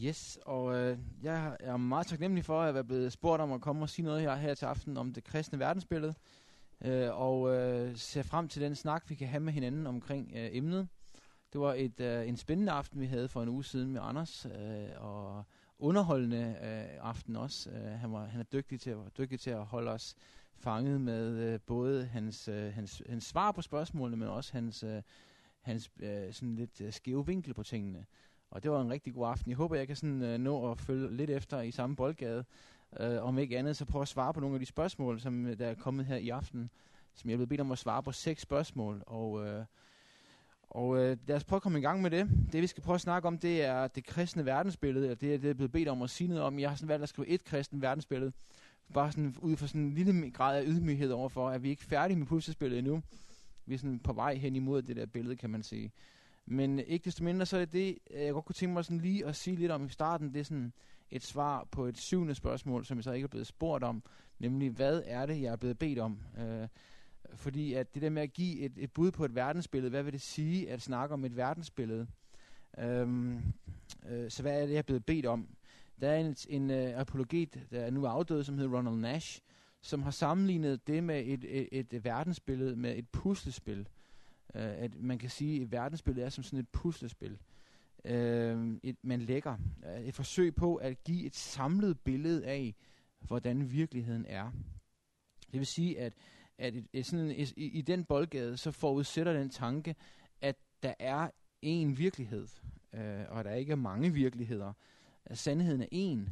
Yes, og jeg er meget taknemmelig for at være blevet spurgt om at komme og sige noget her til aften om det kristne verdensbillede, og ser frem til den snak, vi kan have med hinanden omkring emnet. Det var en spændende aften, vi havde for en uge siden med Anders, og underholdende aften også. Han er dygtig til at holde os fanget med både hans svar på spørgsmålene, men også hans sådan lidt skæve vinkel på tingene. Og det var en rigtig god aften. Jeg håber, jeg kan sådan nå at følge lidt efter i samme boldgade. Om ikke andet, så prøv at svare på nogle af de spørgsmål, som der er kommet her i aften, som jeg er blevet bedt om at svare på 6 spørgsmål. Og lad os prøve at komme i gang med det. Det, vi skal prøve at snakke om, det er det kristne verdensbillede, og det er blevet bedt om at sige noget om. Jeg har sådan valgt at skrive et kristen verdensbillede, bare sådan ud fra sådan en lille grad af ydmyghed overfor, at vi ikke er færdige med puslespillet endnu. Vi er sådan på vej hen imod det der billede, kan man sige. Men ikke desto mindre, så er det, jeg godt kunne tænke mig sådan lige at sige lidt om i starten. Det er sådan et svar på et 7. spørgsmål, som jeg så ikke er blevet spurgt om. Nemlig, hvad er det, jeg er blevet bedt om? Fordi at det der med at give et bud på et verdensbillede, hvad vil det sige at snakke om et verdensbillede? Så hvad er det, jeg er blevet bedt om? Der er en apologet, der er nu afdød, som hedder Ronald Nash, som har sammenlignet det med et verdensbillede med et puslespil. At man kan sige, at et verdensbillede er som sådan et puslespil. Man lægger et forsøg på at give et samlet billede af, hvordan virkeligheden er. Det vil sige, at i den boldgade, så forudsætter den tanke, at der er én virkelighed, og der ikke er mange virkeligheder. At sandheden er én,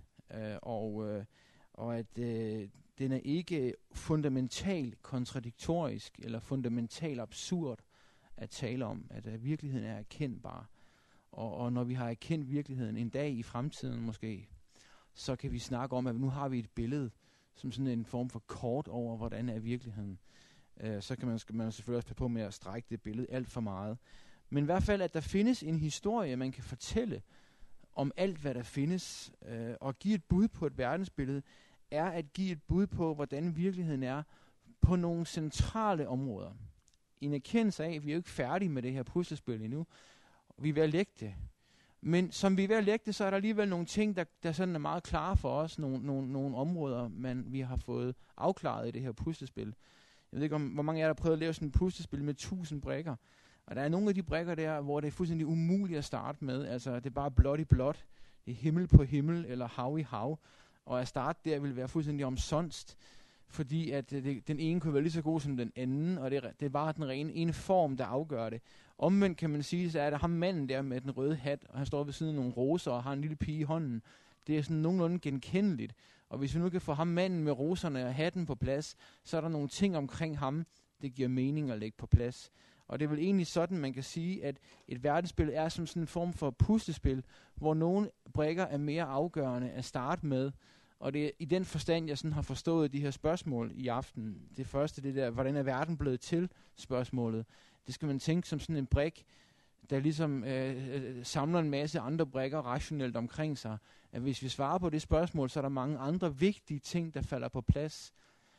og at den er ikke fundamentalt kontradiktorisk eller fundamentalt absurd at tale om, at virkeligheden er erkendbar. Og når vi har erkendt virkeligheden en dag i fremtiden måske, så kan vi snakke om, at nu har vi et billede, som sådan en form for kort over, hvordan er virkeligheden. Så kan man selvfølgelig også passe på med at strække det billede alt for meget. Men i hvert fald, at der findes en historie, man kan fortælle om alt, hvad der findes, og give et bud på et verdensbillede, er at give et bud på, hvordan virkeligheden er på nogle centrale områder. I en erkendelse af, at vi er jo ikke færdige med det her puslespil endnu. Vi er ved at lægge det. Men som vi er ved at lægge det, så er der alligevel nogle ting, der sådan er meget klare for os. Nogle områder, vi har fået afklaret i det her puslespil. Jeg ved ikke, hvor mange af jer, der har prøvet at lave sådan et puslespil med 1000 brikker. Og der er nogle af de brikker der, hvor det er fuldstændig umuligt at starte med. Altså, det er bare blåt i blåt. Det er himmel på himmel, eller hav i hav. Og at starte der vil være fuldstændig omsonst. Fordi at den ene kunne være lige så god som den anden, og det er bare den ene form, der afgør det. Omvendt kan man sige, så er der ham manden der med den røde hat, og han står ved siden af nogle roser og har en lille pige i hånden. Det er sådan nogenlunde genkendeligt. Og hvis vi nu kan få ham manden med roserne og hatten på plads, så er der nogle ting omkring ham, det giver mening at lægge på plads. Og det er vel egentlig sådan, man kan sige, at et verdensbillede er som sådan en form for puslespil, hvor nogle brikker er mere afgørende at starte med. Og det er i den forstand, jeg sådan har forstået de her spørgsmål i aften. Det første, det der, hvordan er verden blevet til spørgsmålet. Det skal man tænke som sådan en brik, der ligesom samler en masse andre brikker rationelt omkring sig. At hvis vi svarer på det spørgsmål, så er der mange andre vigtige ting, der falder på plads.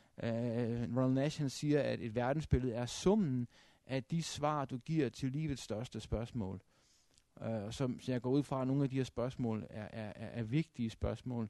Ronald Nash siger, at et verdensbillede er summen af de svar, du giver til livets største spørgsmål. Så jeg går ud fra, at nogle af de her spørgsmål er vigtige spørgsmål.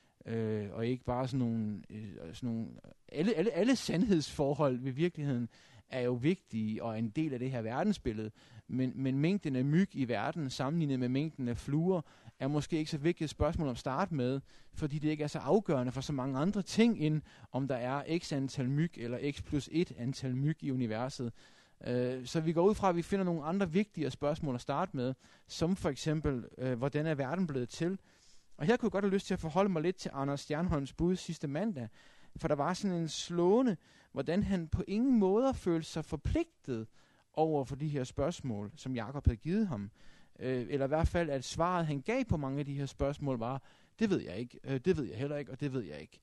Og ikke bare sådan nogle alle sandhedsforhold ved virkeligheden er jo vigtige og en del af det her verdensbillede, men mængden af myg i verden sammenlignet med mængden af fluer er måske ikke så vigtigt et spørgsmål at starte med, fordi det ikke er så afgørende for så mange andre ting, end om der er x antal myg eller x plus 1 antal myg i universet. Så vi går ud fra, at vi finder nogle andre vigtige spørgsmål at starte med, som for eksempel, hvordan er verden blevet til? Og her kunne jeg godt have lyst til at forholde mig lidt til Anders Stjernholms bud sidste mandag, for der var sådan en slående, hvordan han på ingen måde følte sig forpligtet over for de her spørgsmål, som Jakob havde givet ham. Eller i hvert fald, at svaret han gav på mange af de her spørgsmål var, det ved jeg ikke, det ved jeg heller ikke, og det ved jeg ikke.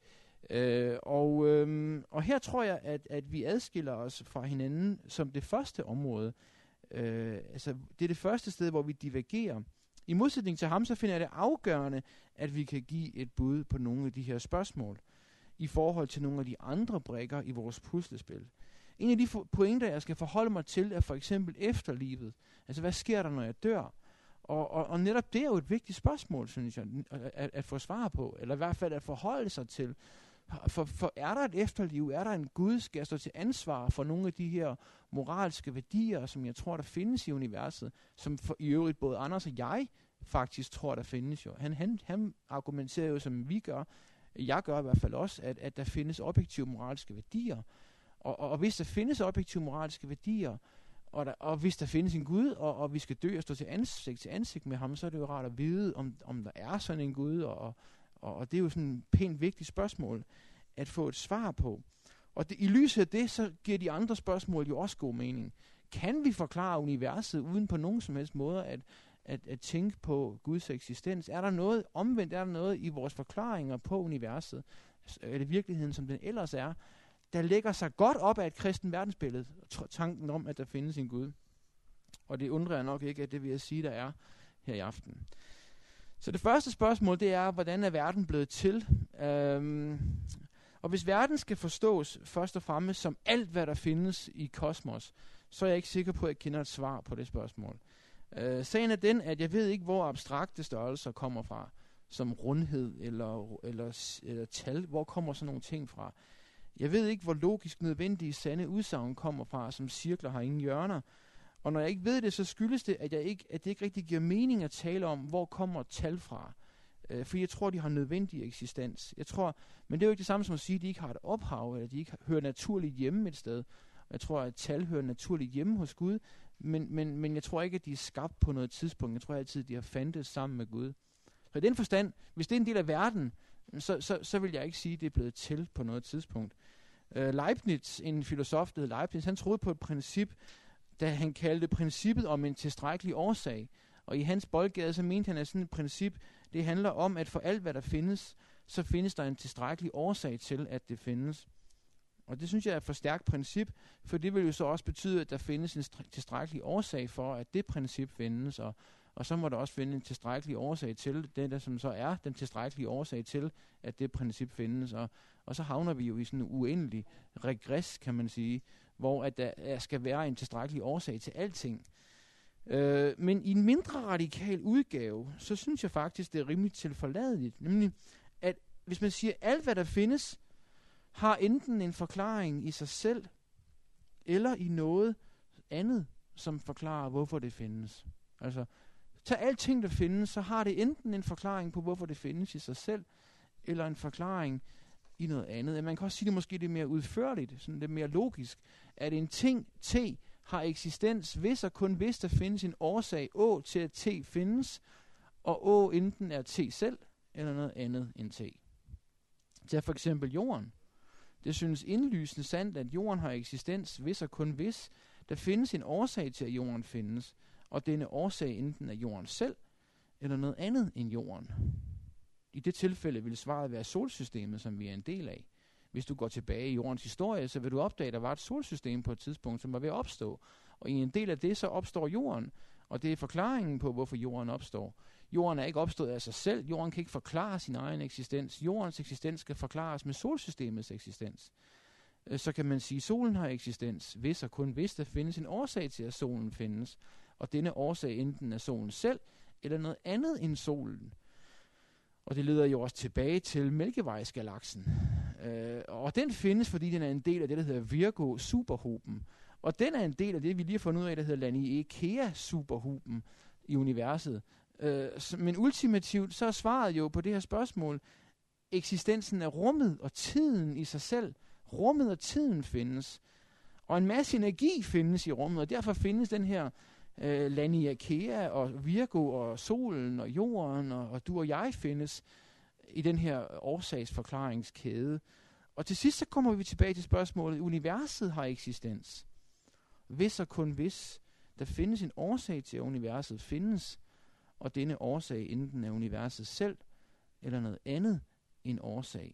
Og her tror jeg, at vi adskiller os fra hinanden som det første område. Altså, det er det første sted, hvor vi divergerer. I modsætning til ham, så finder jeg det afgørende, at vi kan give et bud på nogle af de her spørgsmål, i forhold til nogle af de andre brikker i vores puslespil. En af de pointer, jeg skal forholde mig til, er for eksempel efterlivet. Altså, hvad sker der, når jeg dør? Og netop det er jo et vigtigt spørgsmål, synes jeg, at få svar på, eller i hvert fald at forholde sig til. For er der et efterliv, er der en Gud, skal jeg stå til ansvar for nogle af de her moralske værdier, som jeg tror, der findes i universet, som for i øvrigt både Anders og jeg faktisk tror, der findes jo. Han argumenterer jo, som vi gør, jeg gør i hvert fald også, at der findes objektive moralske værdier. Og hvis der findes objektive moralske værdier, og hvis der findes en Gud, og vi skal dø og stå til ansigt med ham, så er det jo rart at vide, om der er sådan en Gud, og det er jo sådan et pænt vigtigt spørgsmål at få et svar på. Og i lyset af det, så giver de andre spørgsmål jo også god mening. Kan vi forklare universet uden på nogen som helst måde at tænke på Guds eksistens? Er der noget omvendt? Er der noget i vores forklaringer på universet? Er det virkeligheden, som den ellers er, der lægger sig godt op af et kristen verdensbillede, tanken om, at der findes en Gud? Og det undrer jeg nok ikke, at det vil jeg sige, der er her i aften. Så det første spørgsmål, det er, hvordan er verden blevet til? Og hvis verden skal forstås først og fremmest som alt, hvad der findes i kosmos, så er jeg ikke sikker på, at jeg kender et svar på det spørgsmål. Sagen er den, at jeg ved ikke, hvor abstrakte størrelser kommer fra, som rundhed eller tal. Hvor kommer sådan nogle ting fra? Jeg ved ikke, hvor logisk nødvendige sande udsagn kommer fra, som cirkler har ingen hjørner. Og når jeg ikke ved det, så skyldes det, at det ikke rigtig giver mening at tale om, hvor kommer tal fra. For jeg tror, de har nødvendig eksistens. Men det er jo ikke det samme som at sige, at de ikke har et ophav, eller de ikke hører naturligt hjemme et sted. Jeg tror, at tal hører naturligt hjemme hos Gud, men jeg tror ikke, at de er skabt på noget tidspunkt. Jeg tror altid, at de har fandtes sammen med Gud. Så i den forstand, hvis det er en del af verden, så vil jeg ikke sige, at det er blevet til på noget tidspunkt. Leibniz, en filosof, der hed Leibniz, han troede på et princip, da han kaldte princippet om en tilstrækkelig årsag. Og i hans boldgade, så mente han, at sådan et princip, det handler om, at for alt, hvad der findes, så findes der en tilstrækkelig årsag til, at det findes. Og det synes jeg er et for stærkt princip, for det vil jo så også betyde, at der findes en tilstrækkelig årsag for, at det princip findes, og så må der også finde en tilstrækkelig årsag til, det der som så er den tilstrækkelige årsag til, at det princip findes. Og så havner vi jo i sådan en uendelig regress, kan man sige, hvor at der skal være en tilstrækkelig årsag til alting. Men i en mindre radikal udgave, så synes jeg faktisk, det er rimelig tilforladeligt. Nemlig, at hvis man siger, at alt hvad der findes, har enten en forklaring i sig selv, eller i noget andet, som forklarer, hvorfor det findes. Altså, tag alting, der findes, så har det enten en forklaring på, hvorfor det findes i sig selv, eller en forklaring i noget andet. Man kan også sige det måske lidt mere udførligt, sådan lidt mere logisk, at en ting, T, har eksistens, hvis og kun hvis der findes en årsag, Å, til at T findes, og Å enten er T selv, eller noget andet end T. Tag for eksempel jorden. Det synes indlysende sandt, at jorden har eksistens, hvis og kun hvis der findes en årsag til, at jorden findes, og denne årsag enten er jorden selv, eller noget andet end jorden. I det tilfælde vil svaret være solsystemet, som vi er en del af. Hvis du går tilbage i jordens historie, så vil du opdage, at der var et solsystem på et tidspunkt, som var ved at opstå. Og i en del af det, så opstår jorden. Og det er forklaringen på, hvorfor jorden opstår. Jorden er ikke opstået af sig selv. Jorden kan ikke forklare sin egen eksistens. Jordens eksistens skal forklares med solsystemets eksistens. Så kan man sige, at solen har eksistens, hvis og kun hvis der findes en årsag til, at solen findes. Og denne årsag enten er solen selv, eller noget andet end solen. Og det leder jo også tilbage til Mælkevejsgalaksen. Og den findes, fordi den er en del af det, der hedder Virgo superhoben. Og den er en del af det, vi lige har fundet ud af, der hedder Laniakea superhoben i universet. Men ultimativt, så er svaret jo på det her spørgsmål, eksistensen af rummet og tiden i sig selv. Rummet og tiden findes. Og en masse energi findes i rummet, og derfor findes den her Laniakea og Virgo og solen og jorden og du og jeg findes i den her årsagsforklaringskæde. Og til sidst så kommer vi tilbage til spørgsmålet, universet har eksistens. Hvis og kun hvis der findes en årsag til, at universet findes, og denne årsag enten er universet selv, eller noget andet end årsag.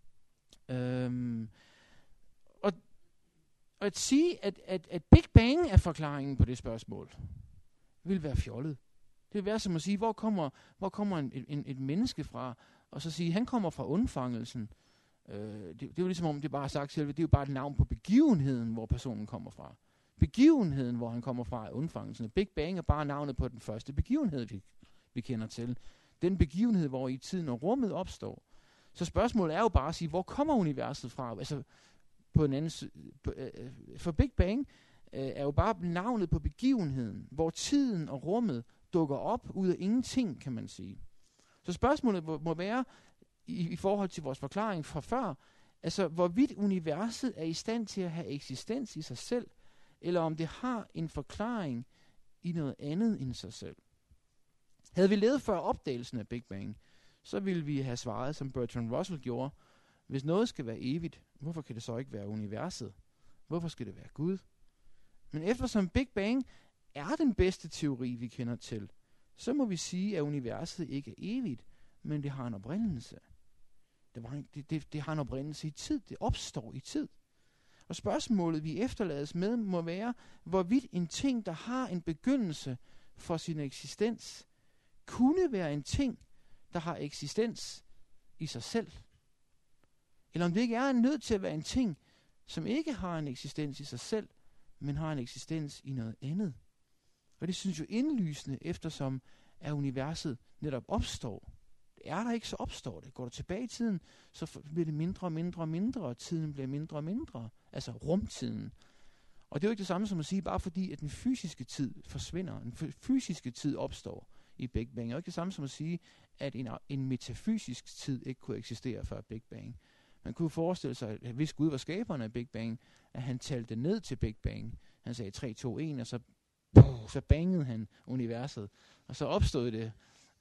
Og at sige, at Big Bang er forklaringen på det spørgsmål, vil være fjollet. Det vil være som at sige, hvor kommer et menneske fra, og så sige, han kommer fra undfangelsen. Det er jo ligesom om, det bare er sagt selv, det er jo bare et navn på begivenheden, hvor personen kommer fra. Begivenheden, hvor han kommer fra, er undfangelsen. Big Bang er bare navnet på den første begivenhed, vi kender til. Den begivenhed, hvor i tiden og rummet opstår. Så spørgsmålet er jo bare at sige, hvor kommer universet fra? Altså, på en anden for Big Bang er jo bare navnet på begivenheden, hvor tiden og rummet dukker op ud af ingenting, kan man sige. Så spørgsmålet må være, i forhold til vores forklaring fra før, altså hvorvidt universet er i stand til at have eksistens i sig selv, eller om det har en forklaring i noget andet end sig selv. Havde vi levet før opdagelsen af Big Bang, så ville vi have svaret, som Bertrand Russell gjorde, hvis noget skal være evigt, hvorfor kan det så ikke være universet? Hvorfor skal det være Gud? Men eftersom Big Bang er den bedste teori, vi kender til, så må vi sige, at universet ikke er evigt, men det har en oprindelse. Det har en oprindelse i tid. Det opstår i tid. Og spørgsmålet, vi efterlades med, må være, hvorvidt en ting, der har en begyndelse for sin eksistens, kunne være en ting, der har eksistens i sig selv. Eller om det ikke er nødt til at være en ting, som ikke har en eksistens i sig selv, men har en eksistens i noget andet. Og det synes jo indlysende, eftersom at universet netop opstår. Det er der ikke, så opstår det. Går du tilbage i tiden, så bliver det mindre og mindre og mindre, og tiden bliver mindre og mindre. Altså rumtiden. Og det er jo ikke det samme som at sige, bare fordi at den fysiske tid forsvinder, den fysiske tid opstår i Big Bang. Det er jo ikke det samme som at sige, at en metafysisk tid ikke kunne eksistere før Big Bang. Man kunne forestille sig, at hvis Gud var skaberen af Big Bang, at han talte ned til Big Bang. Han sagde 3, 2, 1, og så bangede han universet. Og så opstod det.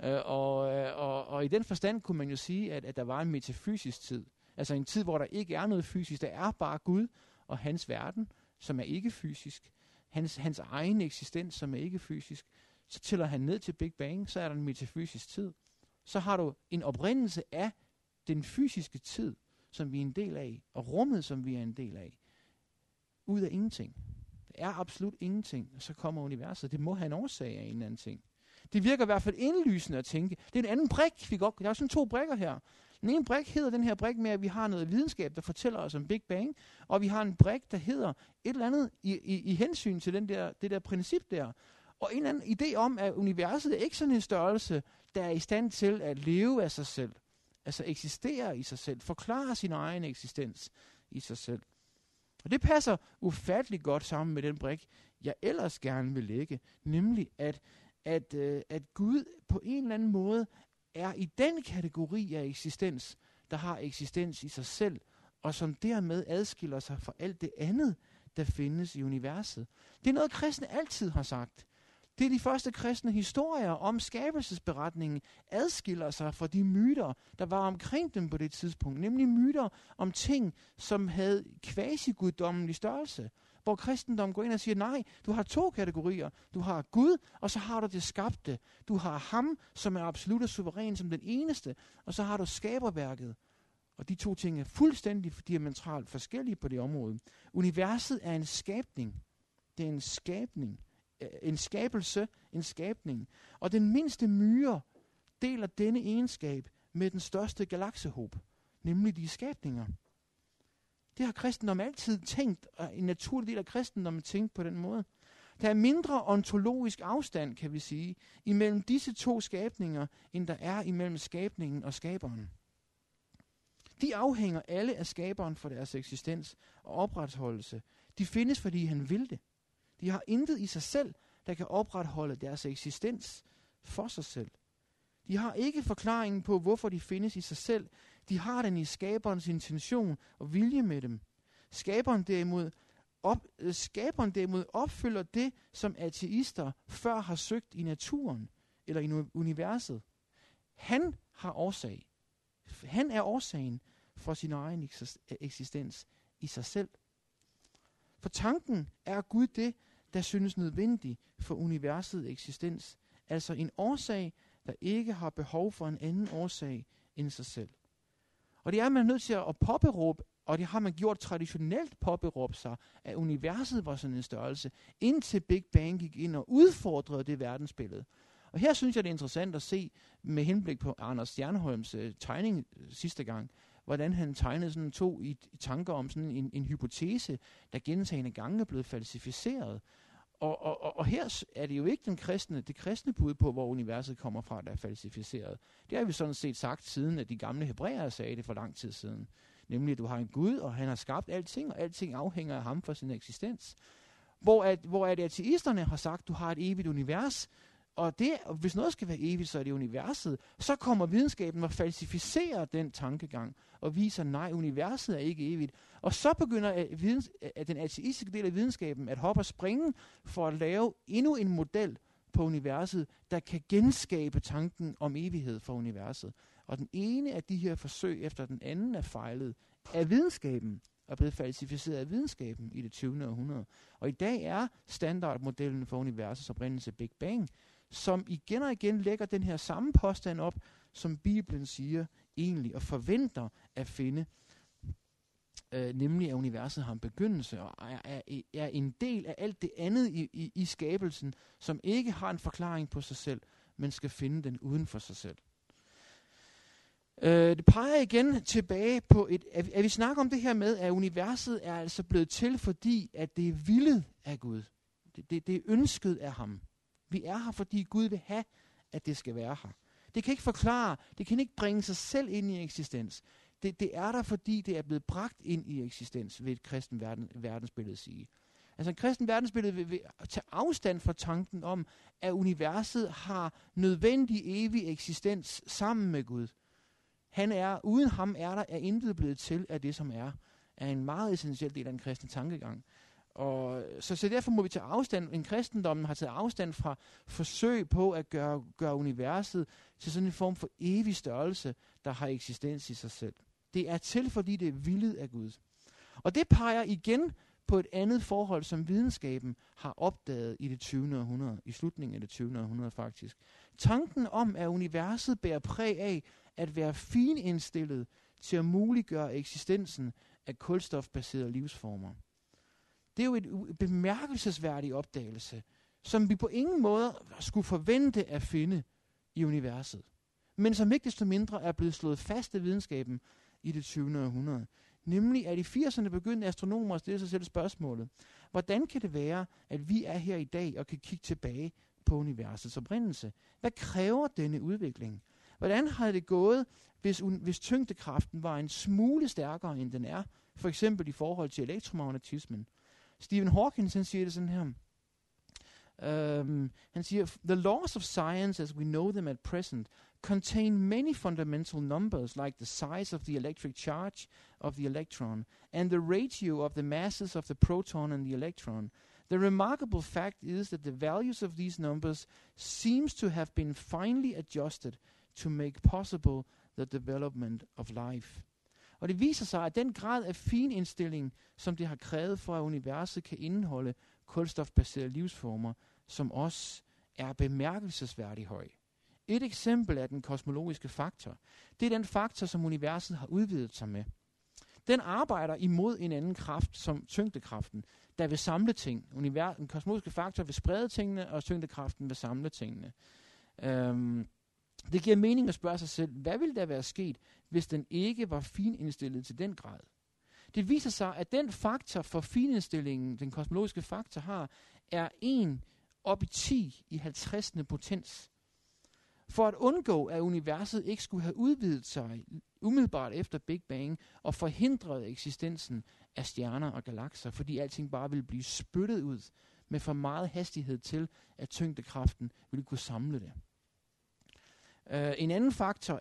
Og i den forstand kunne man jo sige, at der var en metafysisk tid. Altså en tid, hvor der ikke er noget fysisk. Der er bare Gud og hans verden, som er ikke fysisk. Hans egen eksistens, som er ikke fysisk. Så tæller han ned til Big Bang, så er der en metafysisk tid. Så har du en oprindelse af den fysiske tid, som vi er en del af, og rummet, som vi er en del af. Ud af ingenting. Det er absolut ingenting, og så kommer universet. Det må have en årsag af en eller anden ting. Det virker i hvert fald indlysende at tænke. Det er en anden brik. Der er sådan 2 brikker her. Den ene brik hedder den her brik med, at vi har noget videnskab, der fortæller os om Big Bang, og vi har en brik, der hedder et eller andet i hensyn til det der princip der. Og en anden idé om, at universet er ikke sådan en størrelse, der er i stand til at leve af sig selv. Altså eksistere i sig selv. Forklare sin egen eksistens i sig selv. Og det passer ufatteligt godt sammen med den brik, jeg ellers gerne vil lægge. Nemlig at Gud på en eller anden måde er i den kategori af eksistens, der har eksistens i sig selv, og som dermed adskiller sig fra alt det andet, der findes i universet. Det er noget, kristne altid har sagt. Det er de første kristne historier om skabelsesberetningen adskiller sig fra de myter, der var omkring dem på det tidspunkt. Nemlig myter om ting, som havde quasi-guddommelig størrelse. Hvor kristendom går ind og siger, nej, du har 2 kategorier. Du har Gud, og så har du det skabte. Du har ham, som er absolut og suveræn som den eneste, og så har du skaberværket. Og de 2 ting er fuldstændig diametralt forskellige på det område. Universet er en skabning. Det er en skabning. En skabelse, en skabning. Og den mindste myre deler denne egenskab med den største galaksehob, nemlig de skabninger. Det har kristendom altid tænkt, og en naturlig del af kristendommen tænkt på den måde. Der er mindre ontologisk afstand, kan vi sige, imellem disse 2 skabninger, end der er imellem skabningen og skaberen. De afhænger alle af skaberen for deres eksistens og opretholdelse. De findes, fordi han vil det. De har intet i sig selv, der kan opretholde deres eksistens for sig selv. De har ikke forklaringen på, hvorfor de findes i sig selv. De har den i skaberens intention og vilje med dem. Skaberen derimod opfylder det, som ateister før har søgt i naturen eller i universet. Han har årsag. Han er årsagen for sin egen eksistens i sig selv. For tanken er Gud det, der synes nødvendigt for universets eksistens. Altså en årsag, der ikke har behov for en anden årsag end sig selv. Og det er man nødt til at påberåbe, og det har man gjort traditionelt påberåbe sig, at universet var sådan en størrelse, indtil Big Bang gik ind og udfordrede det verdensbillede. Og her synes jeg, det er interessant at se med henblik på Anders Stjernholms tegning sidste gang, hvordan han tegnede sådan to i tanker om sådan en hypotese, der gentagne gange er blevet falsificeret. Og her er det jo ikke det kristne bud på, hvor universet kommer fra, der er falsificeret. Det har vi sådan set sagt siden, at de gamle hebræere sagde det for lang tid siden. Nemlig, at du har en Gud, og han har skabt alting, og alting afhænger af ham for sin eksistens. Hvor at ateisterne har sagt, at du har et evigt univers, og hvis noget skal være evigt, så er det universet. Så kommer videnskaben og falsificerer den tankegang, og viser, nej, universet er ikke evigt. Og så begynder den ateistiske del af videnskaben at hoppe og springe for at lave endnu en model på universet, der kan genskabe tanken om evighed for universet. Og den ene af de her forsøg efter den anden er fejlet af videnskaben, og blevet falsificeret af videnskaben i det 20. århundrede. Og i dag er standardmodellen for universets oprindelse Big Bang, som igen og igen lægger den her samme påstand op, som Bibelen siger egentlig, og forventer at finde, nemlig at universet har en begyndelse, og er en del af alt det andet i skabelsen, som ikke har en forklaring på sig selv, men skal finde den uden for sig selv. Det peger igen tilbage på at vi snakker om det her med, at universet er altså blevet til, fordi at det er villet af Gud. Det er ønsket af ham. Vi er her, fordi Gud vil have, at det skal være her. Det kan ikke forklare, det kan ikke bringe sig selv ind i eksistens. Det er der, fordi det er blevet bragt ind i eksistens, ved et kristen verdensbillede sige. Altså en kristen verdensbillede vil tage afstand fra tanken om, at universet har nødvendig evig eksistens sammen med Gud. Uden ham er intet blevet til af det, som er en meget essentiel del af den kristne tankegang. Og så derfor må vi tage afstand. Kristendommen har taget afstand fra forsøg på at gøre universet til sådan en form for evig størrelse, der har eksistens i sig selv. Det er til, fordi det er villet af Gud. Og det peger igen på et andet forhold, som videnskaben har opdaget i det 20. århundrede, i slutningen af det 20. århundrede faktisk. Tanken om, at universet bærer præg af at være finindstillet til at muliggøre eksistensen af kulstofbaserede livsformer. Det er jo et bemærkelsesværdig opdagelse, som vi på ingen måde skulle forvente at finde i universet, men som ikke desto mindre er blevet slået fast af videnskaben i det 20. århundrede. Nemlig at i 80'erne begyndte astronomer at stille sig selv spørgsmålet, hvordan kan det være, at vi er her i dag og kan kigge tilbage på universets oprindelse? Hvad kræver denne udvikling? Hvordan havde det gået, hvis tyngdekraften var en smule stærkere, end den er, for eksempel i forhold til elektromagnetismen? Stephen Hawking siger det sådan her. Han siger, the laws of science as we know them at present contain many fundamental numbers like the size of the electric charge of the electron and the ratio of the masses of the proton and the electron. The remarkable fact is that the values of these numbers seems to have been finely adjusted to make possible the development of life. Og det viser sig, at den grad af finindstilling, som det har krævet for, at universet kan indeholde kulstofbaserede livsformer, som også er bemærkelsesværdig høj. Et eksempel er den kosmologiske faktor. Det er den faktor, som universet har udvidet sig med. Den arbejder imod en anden kraft, som tyngdekraften, der vil samle ting. Den kosmologiske faktor vil sprede tingene, og tyngdekraften vil samle tingene. Det giver mening at spørge sig selv, hvad ville der være sket, hvis den ikke var finindstillet til den grad? Det viser sig, at den faktor for finindstillingen, den kosmologiske faktor har, er 1 op i 10 i 50. potens. For at undgå, at universet ikke skulle have udvidet sig umiddelbart efter Big Bang og forhindret eksistensen af stjerner og galakser, fordi alting bare ville blive spyttet ud med for meget hastighed til, at tyngdekraften ville kunne samle det. En anden faktor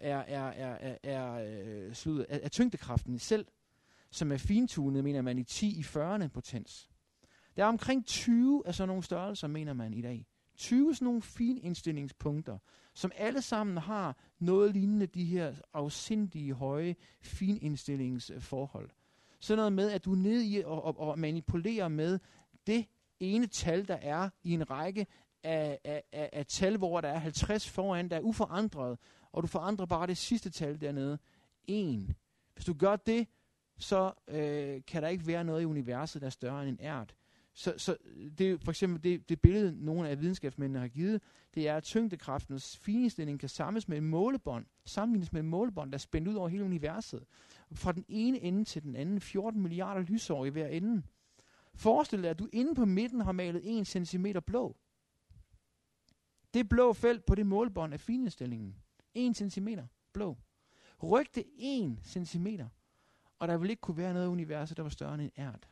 er tyngdekraften selv, som er fintunet, mener man, i 10 i 40. potens. Der er omkring 20 af sådan nogle størrelser, mener man i dag. 20 sådan nogle finindstillingspunkter, som alle sammen har noget lignende de her afsindige høje finindstillingsforhold. Sådan noget med, at du er nede i og manipulerer med det ene tal, der er i en række af tal, hvor der er 50 foran, der er uforandret, og du forandrer bare det sidste tal dernede, 1. Hvis du gør det, så kan der ikke være noget i universet, der er større end en ært. Så det er for eksempel det billede, nogle af videnskabsmændene har givet, det er, at tyngdekraftens finestilling kan sammenlignes med et målebånd, der er spændt ud over hele universet. Fra den ene ende til den anden, 14 milliarder lysår i hver ende. Forestil dig, at du inde på midten har malet 1 centimeter blå. Det blå felt på det målebånd er finestillingen. 1 centimeter blå. Ryk det 1 centimeter, og der vil ikke kunne være noget i universet, der var større end en ært.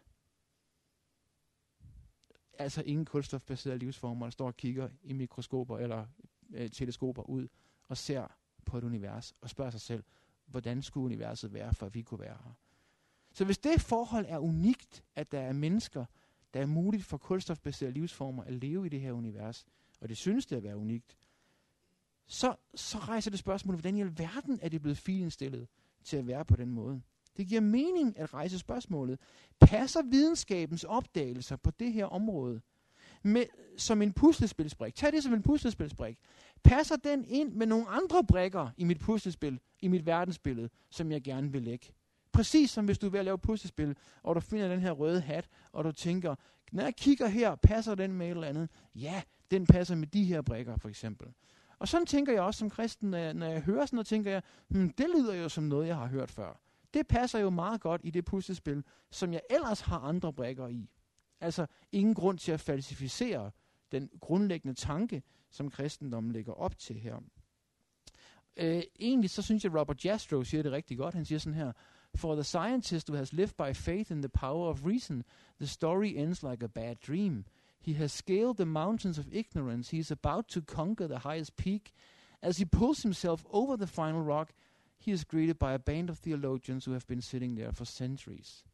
Altså ingen kulstofbaserede livsformer, der står og kigger i mikroskoper eller teleskoper ud og ser på et univers og spørger sig selv, hvordan skulle universet være, for at vi kunne være her. Så hvis det forhold er unikt, at der er mennesker, der er muligt for kulstofbaserede livsformer at leve i det her univers, og det synes det at være unikt, så rejser det spørgsmålet, hvordan i alverden er det blevet finindstillet til at være på den måde. Det giver mening at rejse spørgsmålet. Passer videnskabens opdagelser på det her område som en puslespilsbrik? Tag det som en puslespilsbrik. Passer den ind med nogle andre brikker i mit puslespil, i mit verdensbillede, som jeg gerne vil lægge? Præcis som hvis du er ved at lave puslespil, og du finder den her røde hat, og du tænker, når jeg kigger her, passer den med et eller andet? Ja, den passer med de her brikker for eksempel. Og sådan tænker jeg også som kristen, når jeg hører sådan noget, tænker jeg, det lyder jo som noget, jeg har hørt før. Det passer jo meget godt i det puslespil, som jeg ellers har andre brikker i. Altså ingen grund til at falsificere den grundlæggende tanke, som kristendommen lægger op til her. Egentlig så synes jeg, Robert Jastrow siger det rigtig godt. Han siger sådan her: For the scientist who has lived by faith in the power of reason, the story ends like a bad dream. He has scaled the mountains of ignorance. He is about to conquer the highest peak. As he pulls himself over the final rock, he is greeted by a band of theologians who have been sitting there for centuries.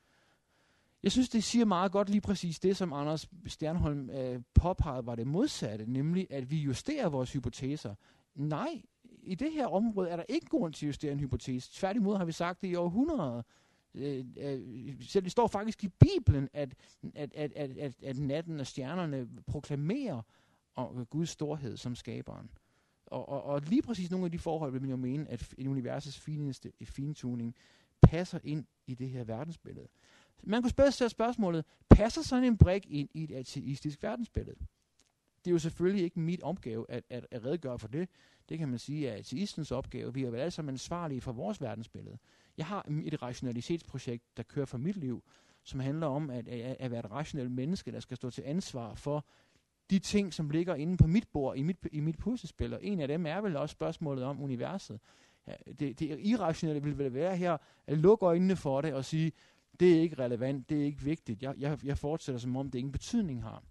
Jeg synes, det siger meget godt lige præcis det, som Anders Stjernholm påpegede var det modsatte, nemlig at vi justerer vores hypoteser. Nej, i det her område er der ikke grund til at justere en hypotese. Tværtimod har vi sagt det i århundreder. Selv det står faktisk i Bibelen, at natten og stjernerne proklamerer Guds storhed som skaberen. Og lige præcis nogle af de forhold vil man jo mene, at universets fintuning passer ind i det her verdensbillede. Man kunne spørge spørgsmålet, passer sådan en brik ind i et ateistisk verdensbillede? Det er jo selvfølgelig ikke mit opgave at redegøre for det. Det kan man sige er ateistens opgave. Vi er vel alle sammen ansvarlige for vores verdensbillede. Jeg har et rationalitetsprojekt, der kører for mit liv, som handler om at være et rationelt menneske, der skal stå til ansvar for de ting, som ligger inde på mit bord i mit puslespil. Og en af dem er vel også spørgsmålet om universet. Ja, det irrationelle vil vel være her at lukke øjnene for det og sige, det er ikke relevant, det er ikke vigtigt. Jeg fortsætter, som om det ingen betydning har.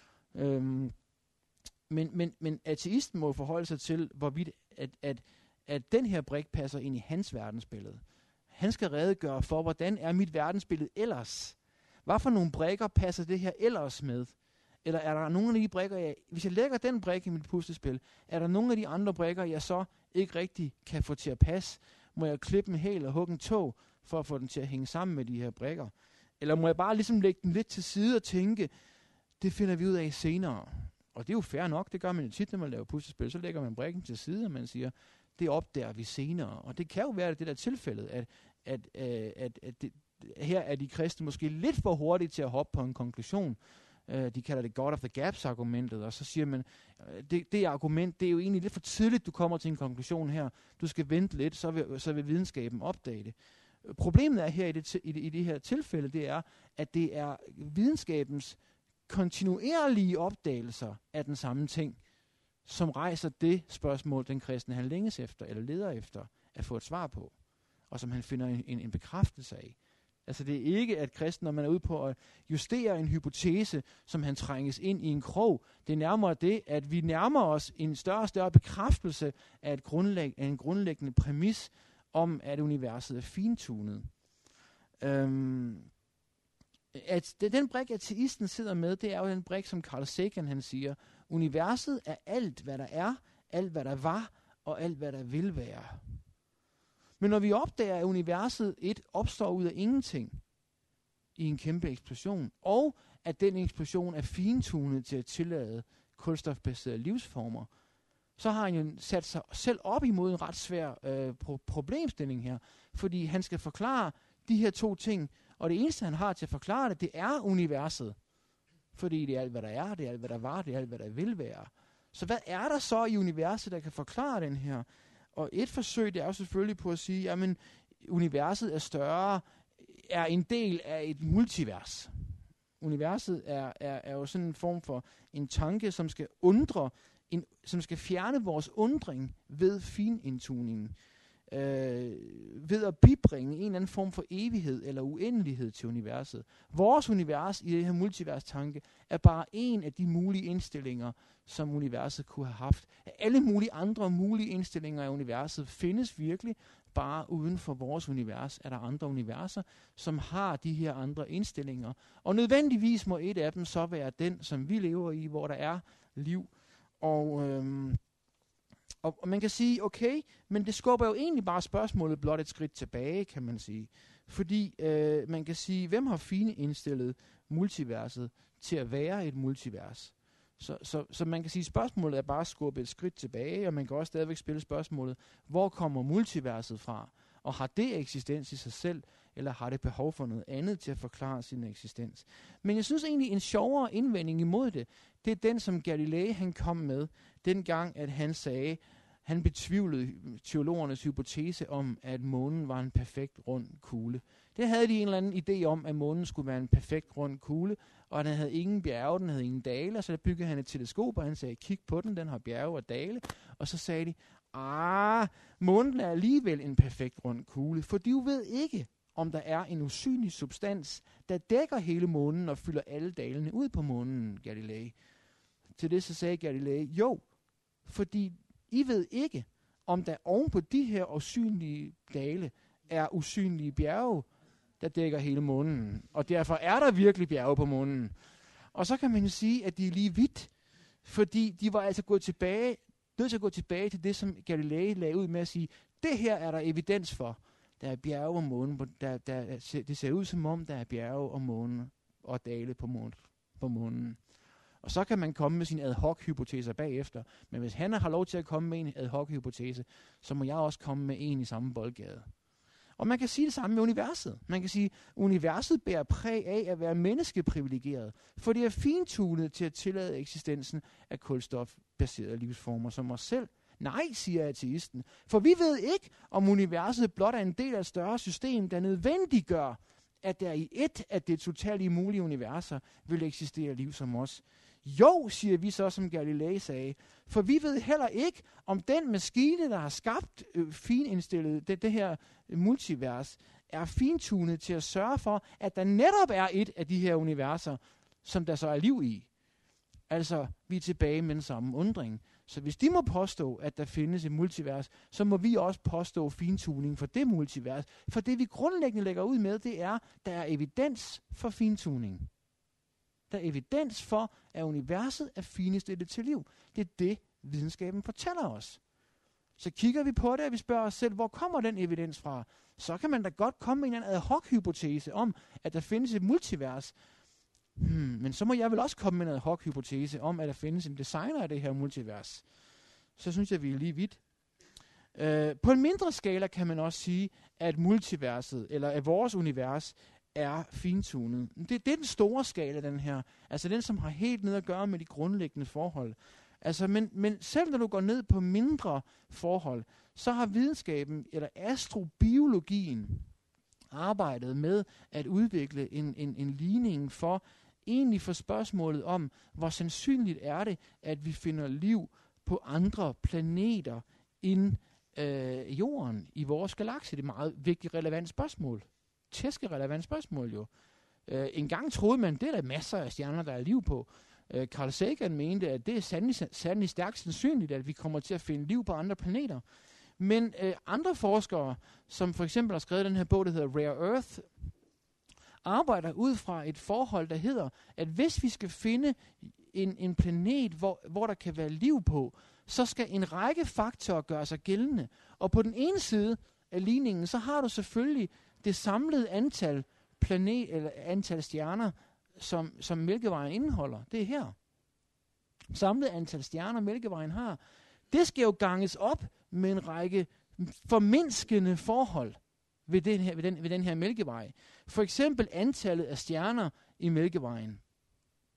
Men ateisten må forholde sig til, hvorvidt at den her brik passer ind i hans verdensbillede. Han skal redegøre for, hvordan er mit verdensbillede ellers? Hvad for nogle brikker passer det her ellers med? Eller er der nogle af de brikker, hvis jeg lægger den brik i mit puslespil, er der nogle af de andre brikker, jeg så ikke rigtig kan få til at passe? Må jeg klippe en hæl og hugge en tog, for at få den til at hænge sammen med de her brikker? Eller må jeg bare ligesom lægge den lidt til side og tænke, det finder vi ud af senere? Og det er jo fair nok, det gør man jo tit, når man laver puslespil. Så lægger man brikken til side, og man siger, det opdager vi senere. Og det kan jo være det der tilfælde, at her er de kristne måske lidt for hurtige til at hoppe på en konklusion. De kalder det God of the Gaps-argumentet, og så siger man, det argument, det er jo egentlig lidt for tidligt, du kommer til en konklusion her. Du skal vente lidt, så vil videnskaben opdage det. Problemet er her i det her tilfælde, det er, at det er videnskabens kontinuerlige opdagelser af den samme ting, som rejser det spørgsmål, den kristne han længes efter, eller leder efter, at få et svar på, og som han finder en bekræftelse af. Altså det er ikke, at kristen, når man er ude på at justere en hypotese, som han trænges ind i en krog, det er nærmere det, at vi nærmer os en større og større bekræftelse af en grundlæggende præmis om, at universet er fintunet. Den brik, ateisten sidder med, det er jo den brik, som Carl Sagan han siger, universet er alt, hvad der er, alt, hvad der var, og alt, hvad der vil være. Men når vi opdager, at universet opstår ud af ingenting i en kæmpe eksplosion, og at den eksplosion er fintunet til at tillade kulstofbaserede livsformer, så har han jo sat sig selv op imod en ret svær problemstilling her, fordi han skal forklare de her to ting, og det eneste han har til at forklare det er universet. Fordi det er alt, hvad der er, det er alt, hvad der var, det er alt, hvad der vil være. Så hvad er der så i universet, der kan forklare den her? Og et forsøg, det er jo selvfølgelig på at sige, jamen, universet er større, er en del af et multivers. Universet er jo sådan en form for en tanke, som skal som skal fjerne vores undring ved finindtuningen. Ved at bibringe en eller anden form for evighed eller uendelighed til universet. Vores univers i det her multivers-tanke er bare en af de mulige indstillinger, som universet kunne have haft. Alle mulige andre mulige indstillinger af universet findes virkelig, bare uden for vores univers er der andre universer, som har de her andre indstillinger. Og nødvendigvis må et af dem så være den, som vi lever i, hvor der er liv. Og man kan sige, okay, men det skubber jo egentlig bare spørgsmålet blot et skridt tilbage, kan man sige. Fordi man kan sige, hvem har fine indstillet multiverset til at være et multivers? Så man kan sige, spørgsmålet er bare at skubbe et skridt tilbage, og man kan også stadigvæk spille spørgsmålet, hvor kommer multiverset fra? Og har det eksistens i sig selv, eller har det behov for noget andet til at forklare sin eksistens? Men jeg synes egentlig, en sjovere indvending imod det er den, som Galilei han kom med, dengang at han sagde, han betvivlede teologernes hypotese om, at månen var en perfekt rund kugle. Det havde de en eller anden idé om, at månen skulle være en perfekt rund kugle, og den havde ingen bjerge, den havde ingen dale, så der byggede han et teleskop, og han sagde, kig på den har bjerge og dale, og så sagde de, månen er alligevel en perfekt rund kugle, for de jo ved ikke, om der er en usynlig substans, der dækker hele månen og fylder alle dalene ud på månen, Galilei. Til det så sagde Galilei, jo, fordi I ved ikke, om der oven på de her usynlige dale er usynlige bjerge, der dækker hele månen. Og derfor er der virkelig bjerge på månen. Og så kan man jo sige, at de er lige vidt, fordi de var altså nødt til at gå tilbage til det, som Galilei lagde ud med at sige, det her er der evidens for. Der er bjerge og månen, det ser ud som om, der er bjerge og månen og dale på månen. Og så kan man komme med sine ad hoc-hypoteser bagefter. Men hvis han har lov til at komme med en ad hoc-hypotese, så må jeg også komme med en i samme boldgade. Og man kan sige det samme med universet. Man kan sige, at universet bærer præg af at være menneskeprivilegeret, for det er fintunet til at tillade eksistensen af kulstofbaserede livsformer som os selv. Nej, siger ateisten, for vi ved ikke, om universet blot er en del af et større system, der nødvendiggør, at der i et af det totalt mulige universer vil eksistere liv som os. Jo, siger vi så, som Galilei sagde, for vi ved heller ikke, om den maskine, der har skabt finindstillet det her multivers, er fintunet til at sørge for, at der netop er et af de her universer, som der så er liv i. Altså, vi er tilbage med den samme undring. Så hvis de må påstå, at der findes et multivers, så må vi også påstå fintuning for det multivers. For det vi grundlæggende lægger ud med, det er, der er evidens for fintuning. Der er evidens for, at universet er finindstillet til liv. Det er det, videnskaben fortæller os. Så kigger vi på det, og vi spørger os selv, hvor kommer den evidens fra? Så kan man da godt komme med en eller anden ad hoc-hypotese om, at der findes et multivers. Men så må jeg vel også komme med en ad hoc-hypotese om, at der findes en designer af det her multivers. Så synes jeg, vi er lige vidt. På en mindre skala kan man også sige, at multiverset, eller at vores univers, er fintunet. Det er den store skala, den her. Altså den, som har helt ned at gøre med de grundlæggende forhold. Altså, men selv når du går ned på mindre forhold, så har videnskaben, eller astrobiologien, arbejdet med at udvikle en ligning egentlig for spørgsmålet om, hvor sandsynligt er det, at vi finder liv på andre planeter end jorden i vores galakse. Det er et meget vigtigt relevant spørgsmål. Tæskerelevant spørgsmål jo. En gang troede man, det er der masser af stjerner, der er liv på. Carl Sagan mente, at det er sandelig stærkt sandsynligt, at vi kommer til at finde liv på andre planeter. Men andre forskere, som for eksempel har skrevet den her bog, der hedder Rare Earth, arbejder ud fra et forhold, der hedder, at hvis vi skal finde en planet, hvor der kan være liv på, så skal en række faktorer gøre sig gældende. Og på den ene side af ligningen, så har du selvfølgelig det samlede antal stjerner, som Mælkevejen indeholder. Det er her. Samlet antal stjerner, Mælkevejen har. Det skal jo ganges op med en række formindskende forhold ved den her Mælkevej. For eksempel antallet af stjerner i Mælkevejen.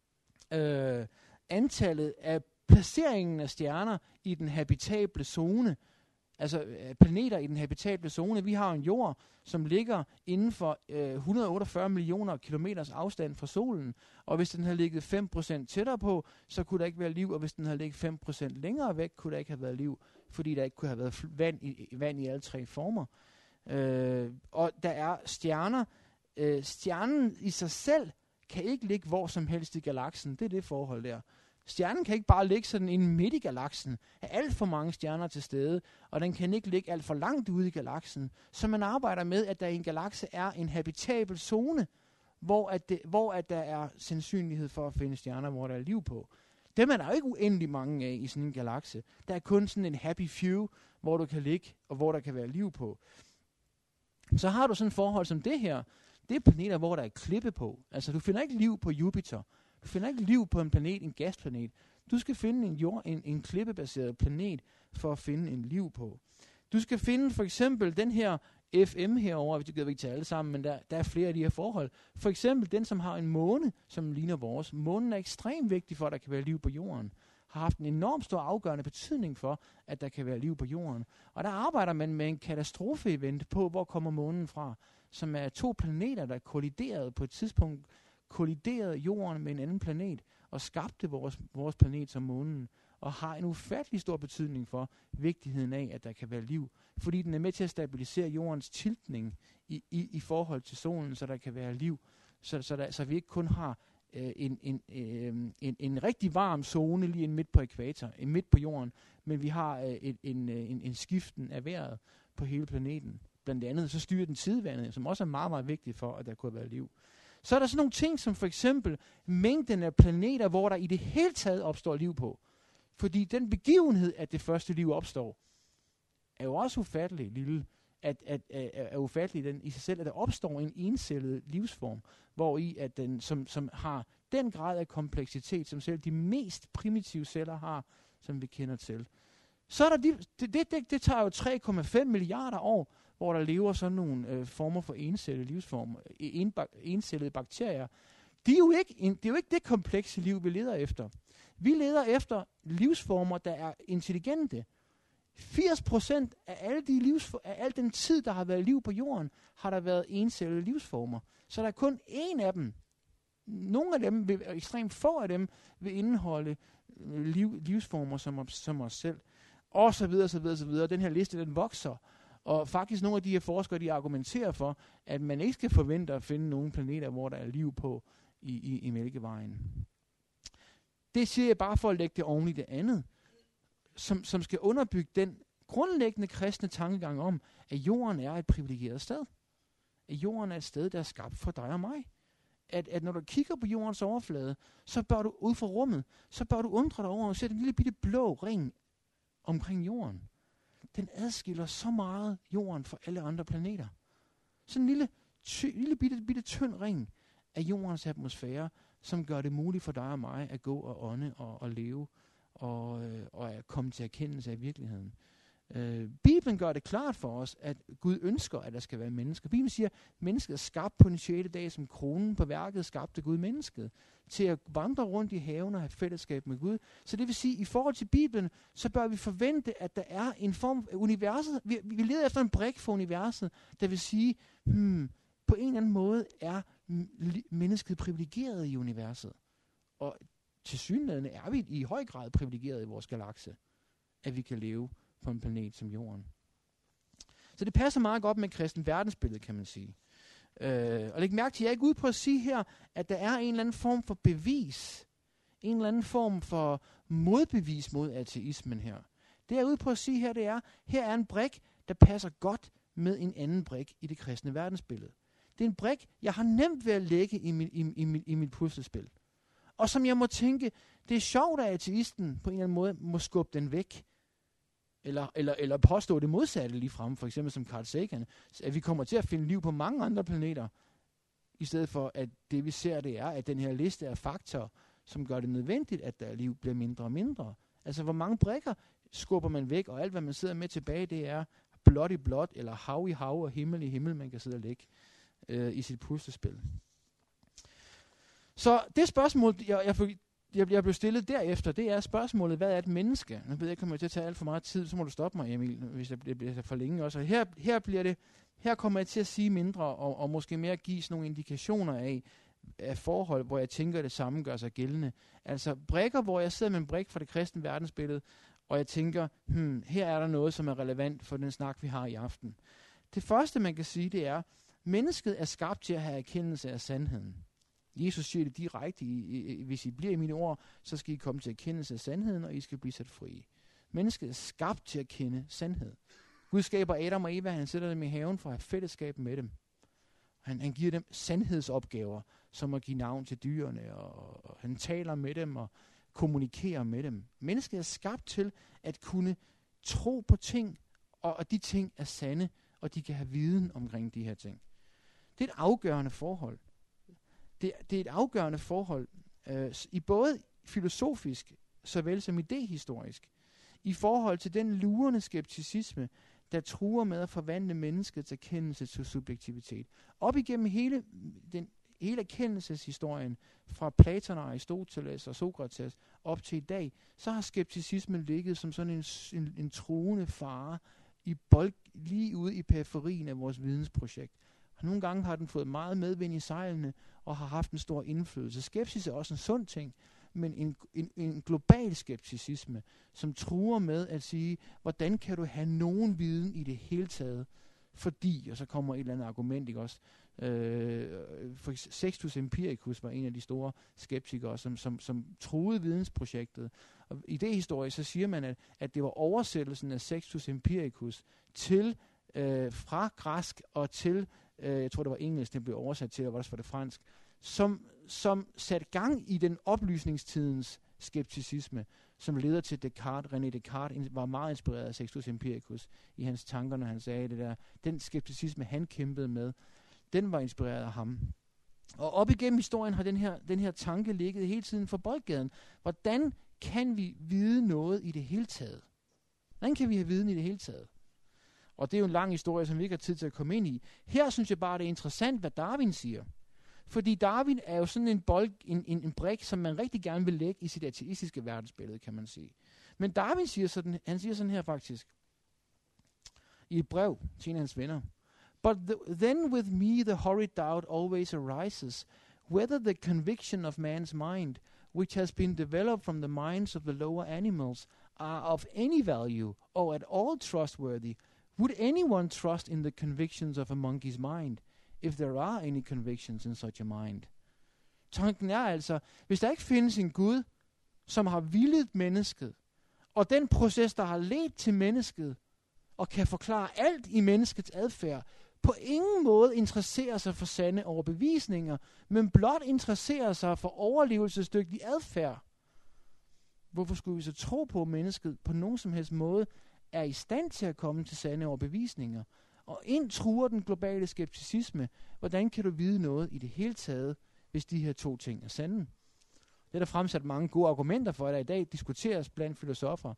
antallet af placeringen af stjerner i den habitable zone, altså planeter i den habitable zone. Vi har en jord, som ligger inden for 148 millioner kilometers afstand fra solen, og hvis den havde ligget 5% tættere på, så kunne der ikke være liv, og hvis den havde ligget 5% længere væk, kunne der ikke have været liv, fordi der ikke kunne have været vand i alle tre former. Og der er stjerner. Stjernen i sig selv kan ikke ligge hvor som helst i galaksen. Det er det forhold der. Stjernen kan ikke bare ligge sådan inde midt i galaksen. Der er alt for mange stjerner til stede, og den kan ikke ligge alt for langt ude i galaksen. Så man arbejder med, at der i en galakse er en habitabel zone, hvor at der er sandsynlighed for at finde stjerner, hvor der er liv på. Dem er der jo ikke uendelig mange af i sådan en galakse. Der er kun sådan en happy few, hvor du kan ligge, og hvor der kan være liv på. Så har du sådan et forhold som det her. Det er planeter, hvor der er klippe på. Altså, du finder ikke liv på Jupiter. Du finder ikke liv på en planet, en gasplanet. Du skal finde en klippebaseret planet for at finde en liv på. Du skal finde for eksempel den her FM herovre, hvis det gider vi ikke til alle sammen, men der er flere af de her forhold. For eksempel den, som har en måne, som ligner vores. Månen er ekstremt vigtig for, at der kan være liv på jorden. Har haft en enormt stor afgørende betydning for, at der kan være liv på jorden. Og der arbejder man med en katastrofeevent på, hvor kommer månen fra, som er 2 planeter, der kolliderede på et tidspunkt, kolliderede jorden med en anden planet, og skabte vores planet som månen, og har en ufattelig stor betydning for vigtigheden af, at der kan være liv, fordi den er med til at stabilisere jordens tiltning i forhold til solen, så der kan være liv, så vi ikke kun har en rigtig varm zone lige midt på ækvator, midt på jorden, men vi har en skiften af vejret på hele planeten. Blandt andet så styrer den tidevandet, som også er meget, meget vigtigt for, at der kunne være liv. Så er der sådan nogle ting som for eksempel mængden af planeter, hvor der i det hele taget opstår liv på. Fordi den begivenhed, at det første liv opstår, er jo også ufattelig lille. Er ufattelig den i sig selv, at der opstår en encellet livsform, hvor i at den, som har den grad af kompleksitet, som selv de mest primitive celler har, som vi kender til. Så er der det tager jo 3,5 milliarder år, hvor der lever sådan nogle former for encellede livsformer, encellede bakterier. Det er jo ikke det komplekse liv, vi leder efter. Vi leder efter livsformer, der er intelligente. 80% af al den tid, der har været liv på jorden, har der været encellede livsformer. Så der er kun én af dem. Nogle af dem, ekstremt få af dem, vil indeholde livsformer som os selv. Og så videre, så videre, så videre. Den her liste, den vokser. Og faktisk nogle af de her forskere, de argumenterer for, at man ikke skal forvente at finde nogle planeter, hvor der er liv på i Mælkevejen. Det siger jeg bare for at lægge det oven i det andet, som skal underbygge den grundlæggende kristne tankegang om, at jorden er et privilegeret sted. At jorden er et sted, der er skabt for dig og mig. At når du kigger på jordens overflade, så bør du ud fra rummet, så bør du undre dig over at se den lille bitte blå ring omkring jorden. Den adskiller så meget jorden fra alle andre planeter. Sådan en lille bitte tynd ring af jordens atmosfære, som gør det muligt for dig og mig at gå og ånde og leve og at komme til erkendelse af virkeligheden. Bibelen gør det klart for os, at Gud ønsker, at der skal være mennesker. Bibelen siger, at mennesket er skabt på den 6. dag, som kronen på værket skabte Gud mennesket, til at vandre rundt i haven og have fællesskab med Gud. Så det vil sige, at i forhold til Bibelen, så bør vi forvente, at der er en form af universet. Vi leder efter en brik for universet, der vil sige, på en eller anden måde er mennesket privilegeret i universet. Og tilsyneladende er vi i høj grad privilegeret i vores galakse, at vi kan leve på en planet som jorden. Så det passer meget godt med kristen verdensbillede, kan man sige. Og læg mærke til, jeg er ikke ude på at sige her, at der er en eller anden form for bevis, en eller anden form for modbevis mod ateismen her. Det jeg er ude på at sige her, det er, her er en brik, der passer godt med en anden brik i det kristne verdensbillede. Det er en brik, jeg har nemt ved at lægge i mit puslespil. Og som jeg må tænke, det er sjovt, at ateisten på en eller anden måde må skubbe den væk. Eller påstå det modsatte lige frem, for eksempel som Carl Sagan, at vi kommer til at finde liv på mange andre planeter, i stedet for at det vi ser, det er, at den her liste af faktorer, som gør det nødvendigt, at der liv bliver mindre og mindre. Altså hvor mange brikker skubber man væk, og alt hvad man sidder med tilbage, det er blåt i blåt, eller hav i hav og himmel i himmel, man kan sidde og lægge i sit puslespil. Så det spørgsmål, jeg jeg blev stillet derefter, det er spørgsmålet, hvad er et menneske? Nu ved jeg ikke, om jeg til at tage alt for meget tid, så må du stoppe mig, Emil, hvis det bliver for længe også. Her kommer jeg til at sige mindre, og måske mere give sådan nogle indikationer af forhold, hvor jeg tænker, det samme gør sig gældende. Altså brikker, hvor jeg sidder med en brik fra det kristne verdensbillede, og jeg tænker, her er der noget, som er relevant for den snak, vi har i aften. Det første, man kan sige, det er, mennesket er skabt til at have erkendelse af sandheden. Jesus siger det direkte, hvis I bliver i mine ord, så skal I komme til erkendelse af sandheden, og I skal blive sat fri. Mennesket er skabt til at kende sandhed. Gud skaber Adam og Eva, han sætter dem i haven for at have fællesskab med dem. Han giver dem sandhedsopgaver, som at give navn til dyrene, og han taler med dem og kommunikerer med dem. Mennesket er skabt til at kunne tro på ting, og de ting er sande, og de kan have viden omkring de her ting. Det er et afgørende forhold. Det er et afgørende forhold, i både filosofisk, såvel som idéhistorisk, i forhold til den lurende skepticisme, der truer med at forvandle menneskets erkendelse til subjektivitet. Op igennem hele erkendelseshistorien, fra Platon og Aristoteles og Sokrates op til i dag, så har skepticismen ligget som sådan en truende fare lige ude i periferien af vores vidensprojekt. Og nogle gange har den fået meget medvind i sejlene og har haft en stor indflydelse. Skepsis er også en sund ting, men en global skepticisme, som truer med at sige, hvordan kan du have nogen viden i det hele taget? Fordi, og så kommer et eller andet argument, ikke også? For Sextus Empiricus var en af de store skeptikere, som truede vidensprojektet. Og i det historie, så siger man, at det var oversættelsen af Sextus Empiricus til fra græsk og til, jeg tror det var engelsk, det blev oversat til, og var det fransk, som satte gang i den oplysningstidens skepticisme, som leder til Descartes. René Descartes var meget inspireret af Sextus Empiricus i hans tanker, når han sagde det der. Den skepticisme, han kæmpede med, den var inspireret af ham. Og op igennem historien har den her tanke ligget hele tiden for boldgaden. Hvordan kan vi vide noget i det hele taget? Hvordan kan vi have viden i det hele taget? Og det er jo en lang historie, som vi ikke har tid til at komme ind i. Her synes jeg bare, det er interessant, hvad Darwin siger. Fordi Darwin er jo sådan en brik, som man rigtig gerne vil lægge i sit ateistiske verdensbillede, kan man sige. Men Darwin siger sådan her faktisk, i et brev til en af hans venner. But then with me the horrid doubt always arises, whether the conviction of man's mind, which has been developed from the minds of the lower animals, are of any value or at all trustworthy. Would anyone trust in the convictions of a monkey's mind, if there are any convictions in such a mind? Tanken er altså, hvis der ikke findes en Gud, som har villet mennesket, og den proces, der har ledt til mennesket, og kan forklare alt i menneskets adfærd, på ingen måde interesserer sig for sande overbevisninger, men blot interesserer sig for overlevelsesdygtig adfærd. Hvorfor skulle vi så tro på, at mennesket på nogen som helst måde er i stand til at komme til sande overbevisninger? Og truer den globale skepticisme. Hvordan kan du vide noget i det hele taget, hvis de her to ting er sande? Det er der fremsat mange gode argumenter for, der i dag diskuteres blandt filosofer.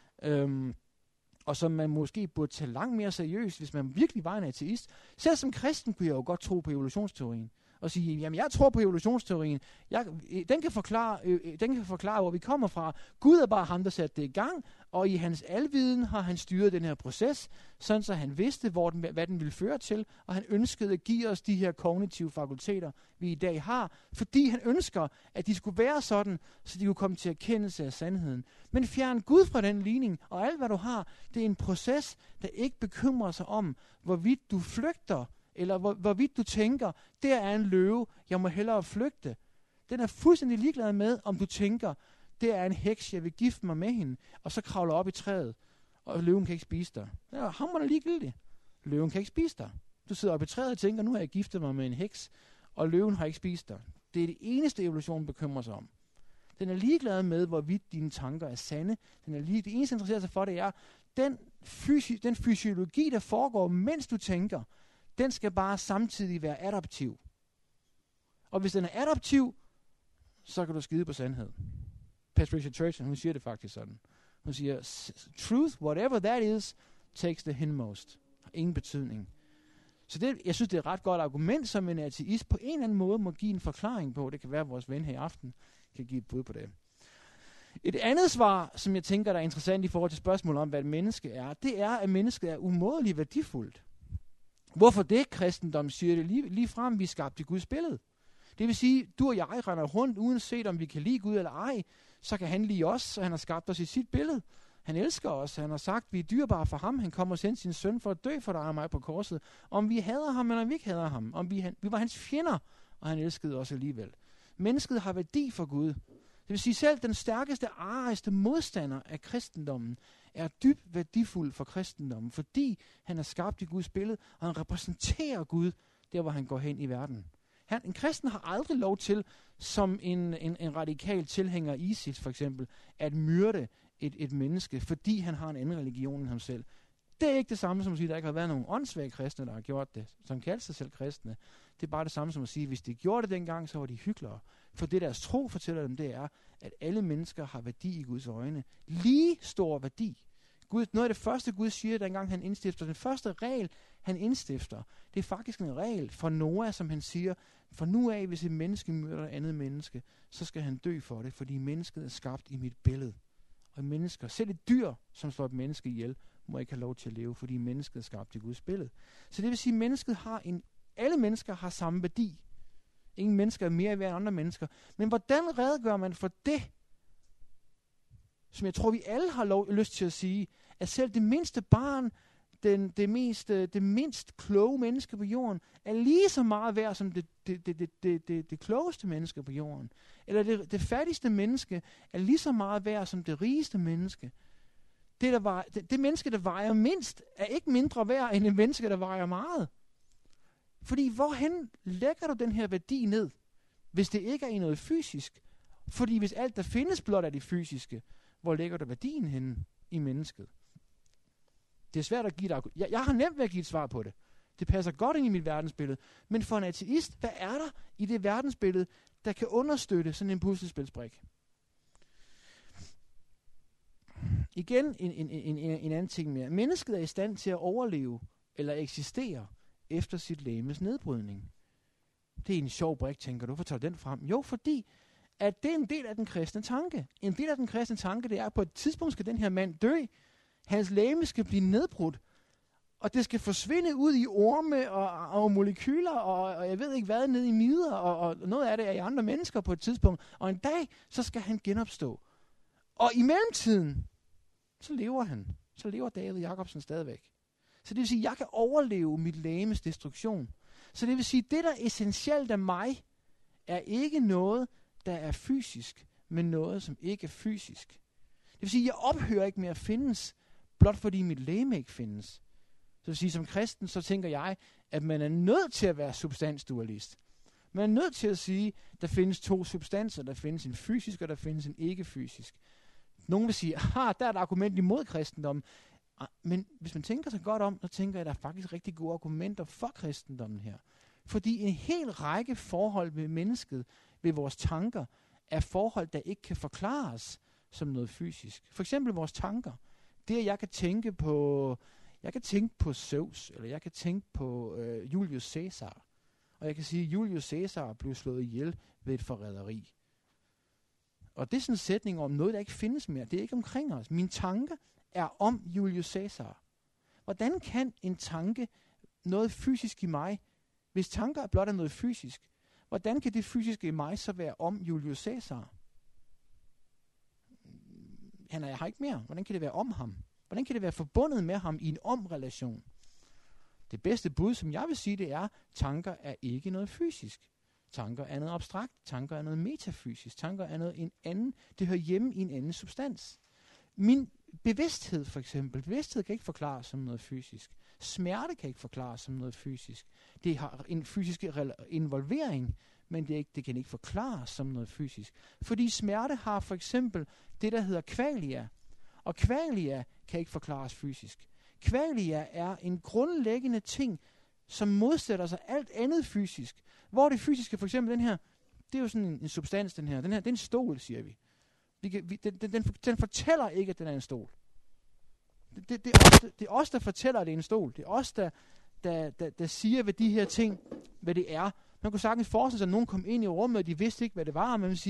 Og som man måske burde tage langt mere seriøst, hvis man virkelig var en ateist. Selv som kristen kunne jeg jo godt tro på evolutionsteorien. Og sige, jamen jeg tror på evolutionsteorien. Den kan forklare, hvor vi kommer fra. Gud er bare ham, der satte det i gang. Og i hans alviden har han styret den her proces, sådan så han vidste, hvad den ville føre til. Og han ønskede at give os de her kognitive fakulteter, vi i dag har. Fordi han ønsker, at de skulle være sådan, så de kunne komme til erkendelse af sandheden. Men fjern Gud fra den ligning, og alt hvad du har, det er en proces, der ikke bekymrer sig om, hvorvidt du flygter, eller hvorvidt du tænker, der er en løve, jeg må hellere flygte. Den er fuldstændig ligeglad med, om du tænker, der er en heks, jeg vil gifte mig med hende, og så kravler op i træet, og løven kan ikke spise dig. Ja, hammer er ligegyldig. Løven kan ikke spise dig. Du sidder op i træet og tænker, nu har jeg giftet mig med en heks, og løven har ikke spist dig. Det er det eneste, evolutionen bekymrer sig om. Den er ligeglad med, hvorvidt dine tanker er sande. Det eneste, der interesserer sig for, det er, den fysiologi, der foregår, mens du tænker, den skal bare samtidig være adaptiv. Og hvis den er adaptiv, så kan du skide på sandhed. Patricia Churchill, hun siger det faktisk sådan. Hun siger, truth, whatever that is, takes the hindmost. Ingen betydning. Så jeg synes, det er et ret godt argument, som en ateist på en eller anden måde må give en forklaring på. Det kan være, at vores ven her i aften kan give et bud på det. Et andet svar, som jeg tænker, der er interessant i forhold til spørgsmålet om, hvad et menneske er, det er, at mennesket er umådeligt værdifuldt. Hvorfor det? Kristendom siger det lige frem, vi er skabt i Guds billede. Det vil sige, du og jeg render rundt, uanset om vi kan lide Gud eller ej, så kan han lide os, og han har skabt os i sit billede. Han elsker os, han har sagt, vi er dyrebare for ham, han kommer og sendte sin søn for at dø for dig og mig på korset. Om vi hader ham, eller vi ikke hader ham, om vi var hans fjender, og han elskede os alligevel. Mennesket har værdi for Gud. Det vil sige, selv den stærkeste, arigste modstander af kristendommen er dybt værdifuld for kristendommen, fordi han er skabt i Guds billede, og han repræsenterer Gud, der hvor han går hen i verden. En kristen har aldrig lov til, som en radikal tilhænger af ISIS for eksempel, at myrde et menneske, fordi han har en anden religion end ham selv. Det er ikke det samme som at sige, at der ikke har været nogen åndssvage kristne, der har gjort det, som kalder sig selv kristne. Det er bare det samme som at sige, at hvis de gjorde det dengang, så var de hyklere. For det deres tro fortæller dem, det er, at alle mennesker har værdi i Guds øjne. Lige stor værdi. Noget af det første Gud siger, dengang han indstifter, den første regel, han indstifter, det er faktisk en regel for Noah, som han siger, for nu af, hvis et menneske myrder et andet menneske, så skal han dø for det, fordi mennesket er skabt i mit billede. Og mennesker, selv et dyr, som slår et menneske ihjel, må ikke have lov til at leve, fordi mennesket er skabt i Guds billede. Så det vil sige, at mennesket alle mennesker har samme værdi. Ingen mennesker er mere værd end andre mennesker. Men hvordan redegør man for det, som jeg tror, vi alle har lyst til at sige, at selv det mindste barn, det mindst kloge menneske på jorden, er lige så meget værd som det klogeste menneske på jorden. Eller det fattigste menneske er lige så meget værd som det rigeste menneske. Det menneske, der vejer mindst, er ikke mindre værd end et menneske, der vejer meget. Fordi hvorhen lægger du den her værdi ned, hvis det ikke er i noget fysisk? Fordi hvis alt, der findes blot er det fysiske, hvor lægger du værdien henne i mennesket? Det er svært at give dig. Jeg har nemt ved at give et svar på det. Det passer godt ind i mit verdensbillede. Men for en ateist, hvad er der i det verdensbillede, der kan understøtte sådan en puslespilsbrik? Igen en anden ting mere. Mennesket er i stand til at overleve eller eksistere efter sit legemes nedbrydning. Det er en sjov brik, tænker du. Hvorfor tager du den frem? Jo, fordi at det er en del af den kristne tanke. En del af den kristne tanke, det er, at på et tidspunkt skal den her mand dø. Hans legeme skal blive nedbrudt. Og det skal forsvinde ud i orme og molekyler, og jeg ved ikke hvad, ned i midder, og noget af det er i andre mennesker på et tidspunkt. Og en dag, så skal han genopstå. Og i mellemtiden, så lever han. Så lever David Jacobsen stadigvæk. Så det vil sige, at jeg kan overleve mit legemes destruktion. Så det vil sige, at det, der er essentielt af mig, er ikke noget, der er fysisk, men noget, som ikke er fysisk. Det vil sige, at jeg ophører ikke med at findes, blot fordi mit legeme ikke findes. Så det vil sige, som kristen, så tænker jeg, at man er nødt til at være substansdualist. Man er nødt til at sige, at der findes to substanser. Der findes en fysisk, og der findes en ikke-fysisk. Nogen vil sige, der er et argument imod kristendommen. Men hvis man tænker sig godt om, så tænker jeg, at der er faktisk rigtig gode argumenter for kristendommen her. Fordi en hel række forhold ved mennesket, ved vores tanker, er forhold, der ikke kan forklares som noget fysisk. For eksempel vores tanker. Det, at jeg kan tænke på Zeus, eller jeg kan tænke på Julius Caesar. Og jeg kan sige, at Julius Caesar blev slået ihjel ved et forræderi. Og det er sådan en sætning om noget, der ikke findes mere. Det er ikke omkring os. Mine tanker er om Julius Caesar. Hvordan kan en tanke noget fysisk i mig, hvis tanker er blot noget fysisk? Hvordan kan det fysiske i mig så være om Julius Caesar? Han er her ikke mere. Hvordan kan det være om ham? Hvordan kan det være forbundet med ham i en om-relation? Det bedste bud, som jeg vil sige, det er, tanker er ikke noget fysisk. Tanker er noget abstrakt. Tanker er noget metafysisk. Tanker er noget en anden. Det hører hjemme i en anden substans. Min bevidsthed for eksempel. Bevidsthed kan ikke forklares som noget fysisk. Smerte kan ikke forklares som noget fysisk. Det har en fysisk involvering, men det kan ikke forklares som noget fysisk. Fordi smerte har for eksempel det, der hedder qualia. Og qualia kan ikke forklares fysisk. Qualia er en grundlæggende ting, som modsætter sig alt andet fysisk. Hvor det fysiske, for eksempel den her, det er jo sådan en substans, den her. Den her, det er en stol, siger vi. Den fortæller ikke, at den er en stol. Det er os, der fortæller, at det er en stol. Det er os, der siger ved de her ting, hvad det er. Man kunne sagtens forestille sig, at nogen kom ind i rummet, og de vidste ikke, hvad det var. Man vil sige,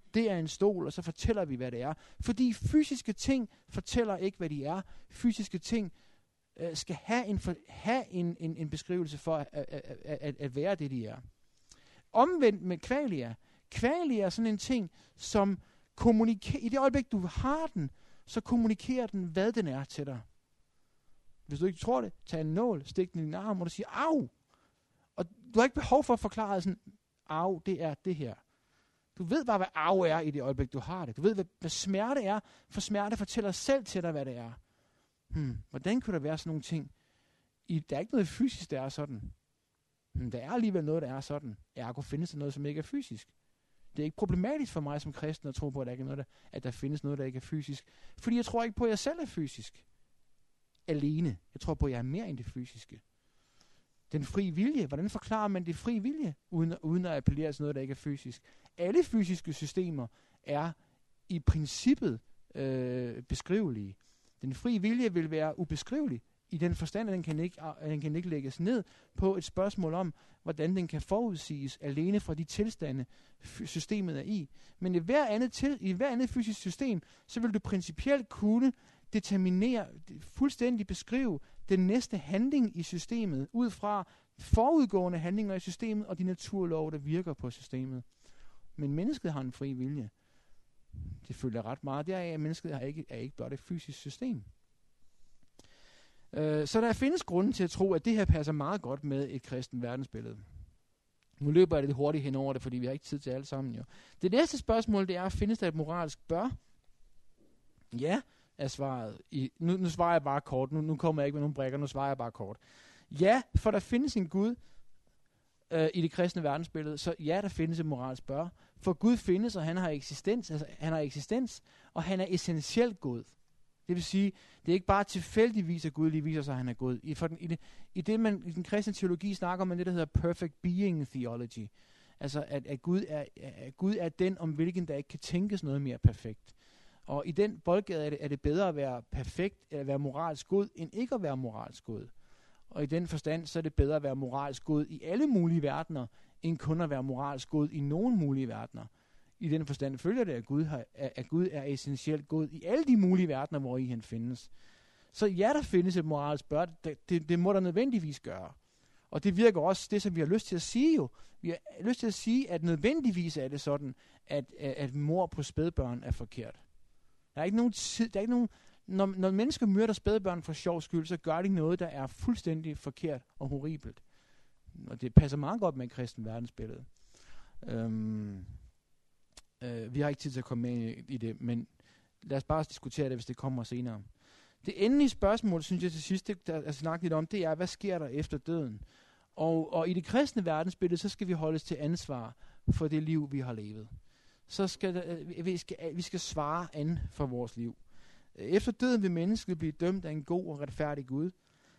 det er en stol, og så fortæller vi, hvad det er. Fordi fysiske ting fortæller ikke, hvad de er. Fysiske ting skal have en beskrivelse for at være det, de er. Omvendt med kvalia. Kvalia er sådan en ting, som kommunikerer. I det øjeblik, du har den, så kommunikerer den, hvad den er til dig. Hvis du ikke tror det, tag en nål, stik den i din arm, og du siger, au! Og du har ikke behov for at forklare sådan, au, det er det her. Du ved bare, hvad au er i det øjeblik, du har det. Du ved, hvad smerte er, for smerte fortæller selv til dig, hvad det er. Hvordan kunne der være sådan nogle ting? Der er ikke noget fysisk, der er sådan. Der er alligevel noget, der er sådan. Ergo findes der noget, som ikke er fysisk. Det er ikke problematisk for mig som kristen at tro på, at der findes noget, der ikke er fysisk. Fordi jeg tror ikke på, at jeg selv er fysisk. Alene. Jeg tror på, at jeg er mere end det fysiske. Den frie vilje. Hvordan forklarer man det frie vilje, uden at appellere til noget, der ikke er fysisk? Alle fysiske systemer er i princippet beskrivelige. Den frie vilje vil være ubeskrivelig i den forstand, at den kan ikke lægges ned på et spørgsmål om, hvordan den kan forudsiges alene fra de tilstande, systemet er i. Men i hver andet fysisk system, så vil du principielt kunne determinere, fuldstændig beskrive den næste handling i systemet, ud fra forudgående handlinger i systemet og de naturlove, der virker på systemet. Men mennesket har en fri vilje. Det følger ret meget deraf, at mennesket er ikke blot et fysisk system. Så der findes grunden til at tro, at det her passer meget godt med et kristen verdensbillede. Nu løber jeg lidt hurtigt hen over det, fordi vi har ikke tid til alt sammen. Jo. Det næste spørgsmål, det er, findes der et moralsk bør? Ja, er svaret. Nu svarer jeg bare kort. Nu kommer jeg ikke med nogen brækker, nu svarer jeg bare kort. Ja, for der findes en Gud i det kristne verdensbillede, så ja, der findes et moralsk bør. For Gud findes, og han har eksistens, og han er essentielt god. Det vil sige, det er ikke bare tilfældigvis, at Gud lige viser sig, at han er god. I den kristne teologi snakker man det, der hedder perfect being theology. Altså, at Gud er den, om hvilken der ikke kan tænkes noget mere perfekt. Og i den boldgade er det bedre at være perfekt, at være moralsk god, end ikke at være moralsk god. Og i den forstand, så er det bedre at være moralsk god i alle mulige verdener, end kun at være moralsk god i nogle mulige verdener. I den forstand følger det, at Gud er essentielt god i alle de mulige verdener, hvor i han findes. Så ja, der findes et moralsk bør, det må der nødvendigvis gøre. Og det virker også det, som vi har lyst til at sige jo. Vi har lyst til at sige, at nødvendigvis er det sådan, at mord på spædbørn er forkert. Der er ikke nogen når mennesker myrder spædbørn for sjov skyld, så gør de noget, der er fuldstændig forkert og horribelt. Og det passer meget godt med et kristen verdensbillede. Vi har ikke tid til at komme med i det, men lad os bare diskutere det, hvis det kommer senere. Det endelige spørgsmål, synes jeg til sidst, der er snakket lidt om, det er, hvad sker der efter døden? Og i det kristne verdensbillede, så skal vi holdes til ansvar for det liv, vi har levet. Så vi skal svare an for vores liv. Efter døden vil mennesket blive dømt af en god og retfærdig Gud.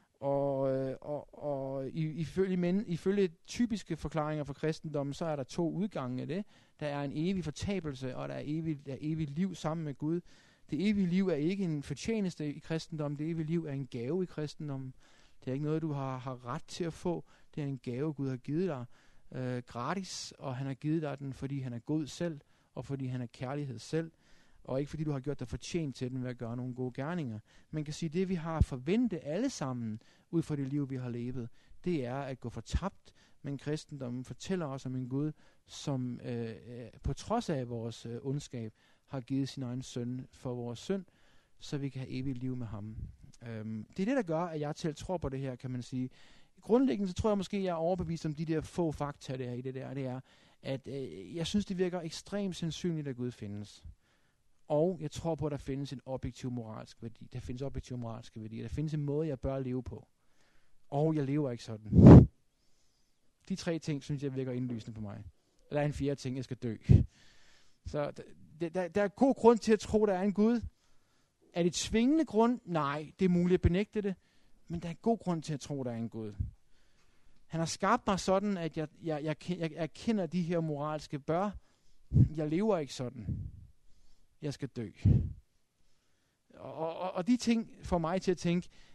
Og ifølge typiske forklaringer for kristendommen, så er der 2 udgange af det. Der er en evig fortabelse, og der er evigt liv sammen med Gud. Det evige liv er ikke en fortjeneste i kristendommen. Det evige liv er en gave i kristendommen. Det er ikke noget, du har ret til at få. Det er en gave, Gud har givet dig gratis, og han har givet dig den, fordi han er god selv, og fordi han er kærlighed selv. Og ikke fordi du har gjort dig fortjent til den ved at gøre nogle gode gerninger. Man kan sige, at det vi har forventet alle sammen, ud fra det liv vi har levet, det er at gå fortabt. Men kristendommen fortæller os om en Gud, som på trods af vores ondskab, har givet sin egen søn for vores synd, så vi kan have evigt liv med ham. Det er det, der gør, at jeg til tror på det her, kan man sige. Grundlæggende så tror jeg måske, jeg er overbevist om de der få fakta, der er i det der. Det er, at jeg synes, det virker ekstremt sandsynligt, at Gud findes. Og jeg tror på, at der findes en objektiv moralsk værdi. Der findes objektiv moralske værdier. Der findes en måde, jeg bør leve på. Og jeg lever ikke sådan. De 3 ting, synes jeg, virker indlysende på mig. Der er en 4. ting, jeg skal dø. Så der er god grund til at tro, der er en Gud. Er det tvingende grund? Nej, det er muligt at benægte det. Men der er god grund til at tro, der er en Gud. Han har skabt mig sådan, at jeg erkender de her moralske bør. Jeg lever ikke sådan. Jeg skal dø. Og de ting får mig til at tænke,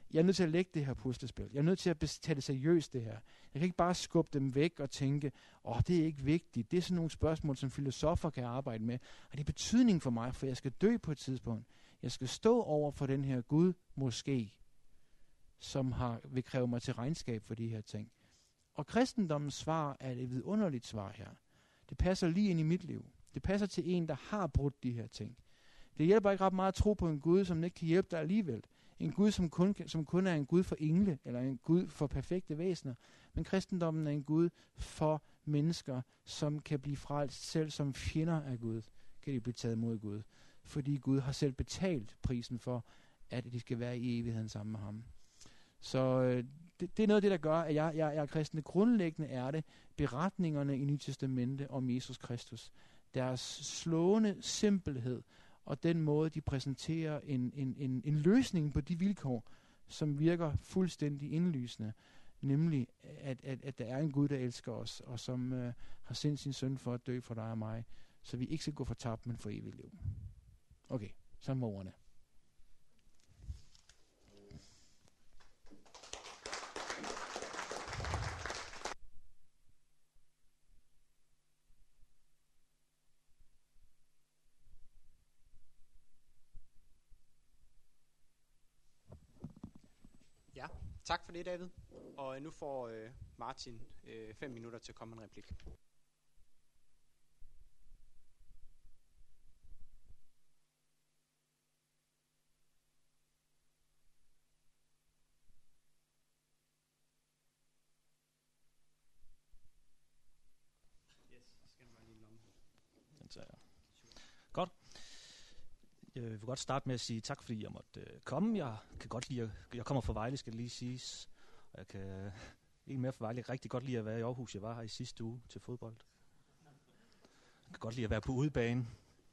jeg er nødt til at lægge det her puslespil. Jeg er nødt til at tage det seriøst, det her. Jeg kan ikke bare skubbe dem væk og tænke, det er ikke vigtigt. Det er sådan nogle spørgsmål, som filosofer kan arbejde med. Og det er betydning for mig, for jeg skal dø på et tidspunkt. Jeg skal stå over for den her Gud, måske, som vil kræve mig til regnskab for de her ting. Og kristendommens svar er et vidunderligt svar her. Det passer lige ind i mit liv. Det passer til en, der har brudt de her ting. Det hjælper ikke ret meget at tro på en Gud, som ikke kan hjælpe dig alligevel. En Gud, som kun er en Gud for engle, eller en Gud for perfekte væsener. Men kristendommen er en Gud for mennesker, som kan blive frelst selv som fjender af Gud. Kan de blive taget mod Gud. Fordi Gud har selv betalt prisen for, at de skal være i evigheden sammen med ham. Så det er noget af det, der gør, at jeg er kristen. Grundlæggende er det beretningerne i Nye Testamente om Jesus Kristus. Deres slående simpelhed, og den måde, de præsenterer en løsning på de vilkår, som virker fuldstændig indlysende. Nemlig, at der er en Gud, der elsker os, og som har sendt sin søn for at dø for dig og mig, så vi ikke skal gå fortabt, men for evigt liv. Okay, så med ordene. Ja, tak for det, David. Og nu får Martin 5 minutter til at komme med en replik. Godt. Jeg vil godt starte med at sige tak, fordi jeg måtte komme. Jeg kan godt lide, jeg kommer fra Vejle, skal det lige siges. Og jeg kan ikke mere fra Vejle. Jeg kan rigtig godt lide at være i Aarhus. Jeg var her i sidste uge til fodbold. Jeg kan godt lide at være på udebane.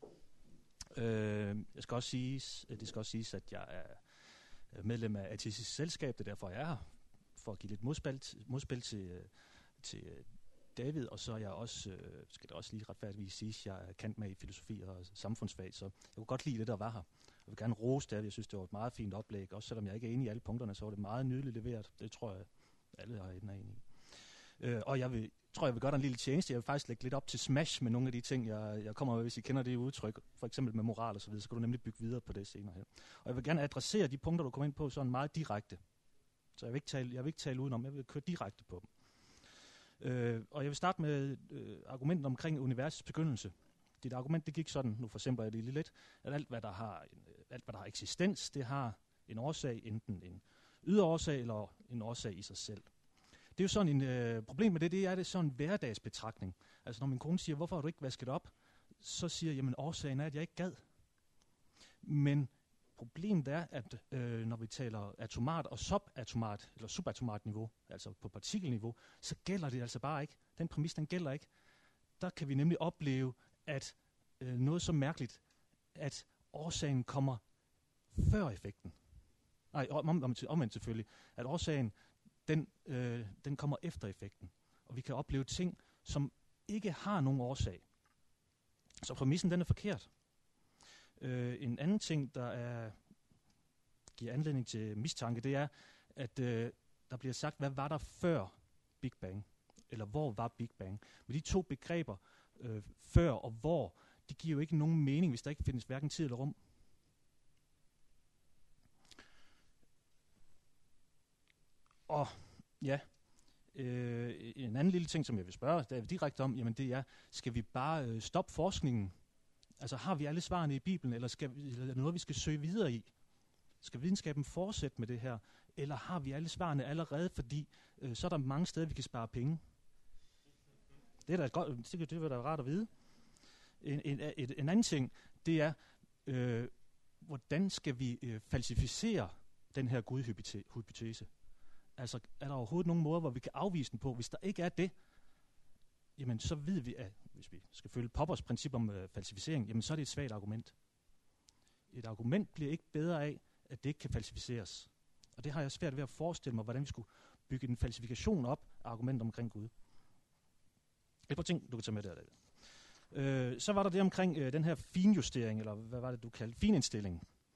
Det skal også siges, at jeg er medlem af Artistisk Selskab. Det er derfor, jeg er her. For at give lidt modspil til David, og så er jeg også, skal det også lige retfærdigvis siges, jeg er kendt med i filosofi og samfundsfag, så jeg kunne godt lide det, der var her. Jeg vil gerne rose David, jeg synes, det var et meget fint oplæg, også selvom jeg ikke er enig i alle punkterne, så var det meget nydeligt leveret. Det tror jeg, alle herinde er enige i. Og jeg vil gøre dig en lille tjeneste. Jeg vil faktisk lægge lidt op til smash med nogle af de ting, jeg kommer med, hvis I kender det udtryk, for eksempel med moral og så videre, så kan du nemlig bygge videre på det senere her. Og jeg vil gerne adressere de punkter, du kommer ind på, sådan meget direkte. Så jeg vil ikke tale udenom, jeg vil køre direkte på dem. Og jeg vil starte med argumentet omkring universets begyndelse. Dit argument, det gik sådan, nu forsimpler jeg det lidt, at alt hvad der har eksistens, det har en årsag, enten en ydre årsag eller en årsag i sig selv. Det er jo sådan en problem med det er sådan en hverdagsbetragtning. Altså når min kone siger, hvorfor har du ikke vasket op, så siger jeg, jamen årsagen er, at jeg ikke gad. Men problemet er, at når vi taler atomart og subatomart niveau, altså på partikelniveau, så gælder det altså bare ikke. Den præmis, den gælder ikke. Der kan vi nemlig opleve, at noget så mærkeligt, at årsagen kommer før effekten. Nej, omvendt selvfølgelig. At årsagen, den kommer efter effekten. Og vi kan opleve ting, som ikke har nogen årsag. Så præmissen, den er forkert. En anden ting, der giver anledning til mistanke, det er, at der bliver sagt, hvad var der før Big Bang? Eller hvor var Big Bang? Men de to begreber, før og hvor, de giver jo ikke nogen mening, hvis der ikke findes hverken tid eller rum. Og ja, en anden lille ting, som jeg vil spørge David direkte om, jamen det er, skal vi bare stoppe forskningen? Altså har vi alle svarene i Bibelen, eller er det noget, vi skal søge videre i? Skal videnskaben fortsætte med det her? Eller har vi alle svarene allerede, fordi så er der mange steder, vi kan spare penge? Det er da godt, det vil da rart at vide. En anden ting, det er, hvordan skal vi falsificere den her gudhypotese? Altså er der overhovedet nogen måder, hvor vi kan afvise den på? Hvis der ikke er det, jamen så ved vi, at hvis vi skal følge Poppers princip om falsificering, jamen så er det et svagt argument. Et argument bliver ikke bedre af, at det ikke kan falsificeres. Og det har jeg svært ved at forestille mig, hvordan vi skulle bygge en falsifikation op af argumenter omkring Gud. Et par ting, du kan tage med der, David. Så var der det omkring den her finjustering, eller hvad var det, du kaldte? Finindstilling.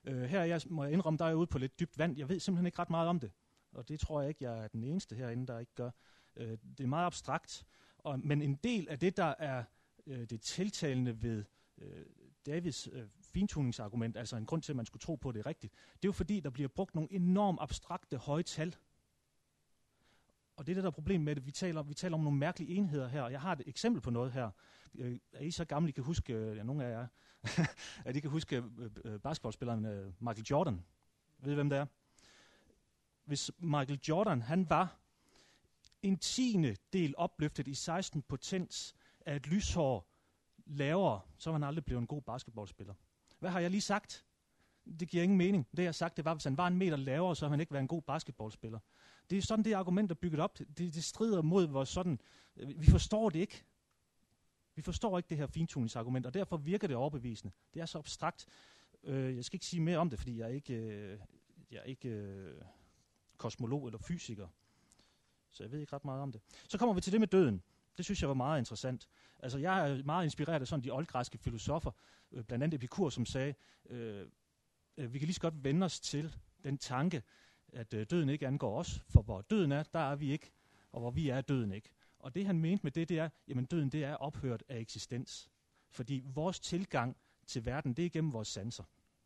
Må jeg indrømme, der er jeg ude på lidt dybt vand. Jeg ved simpelthen ikke ret meget om det. Og det tror jeg ikke, jeg er den eneste herinde, der ikke gør. Det er meget abstrakt. Men en del af det, der er det tiltalende ved Davids fintuningsargument, altså en grund til, at man skulle tro på, at det er rigtigt, det er jo fordi, der bliver brugt nogle enormt abstrakte høje tal. Og det er det, der er problemet med det. Vi taler om nogle mærkelige enheder her, og jeg har et eksempel på noget her. Er I så gamle, I kan huske, nogle af jer, at I kan huske basketballspilleren Michael Jordan? Ved I, hvem det er? Hvis Michael Jordan, han var en 10. opløftet i 16 potens af et lyshår lavere, så var han aldrig blevet en god basketballspiller. Hvad har jeg lige sagt? Det giver ingen mening. Det jeg har sagt, det var, hvis han var 1 meter lavere, så ville han ikke være en god basketballspiller. Det er sådan, det argument er bygget op. Det strider mod vores sådan. Vi forstår det ikke. Vi forstår ikke det her fintuningsargument, og derfor virker det overbevisende. Det er så abstrakt. Jeg skal ikke sige mere om det, fordi jeg er ikke kosmolog eller fysiker. Så jeg ved ikke ret meget om det. Så kommer vi til det med døden. Det synes jeg var meget interessant. Altså, jeg er meget inspireret af sådan de oldgræske filosofer, blandt andet Epikur, som sagde, vi kan lige så godt vende os til den tanke, at døden ikke angår os, for hvor døden er, der er vi ikke, og hvor vi er døden ikke. Og det han mente med det er, jamen døden det er ophørt af eksistens. Fordi vores tilgang til verden, det er gennem vores sanser.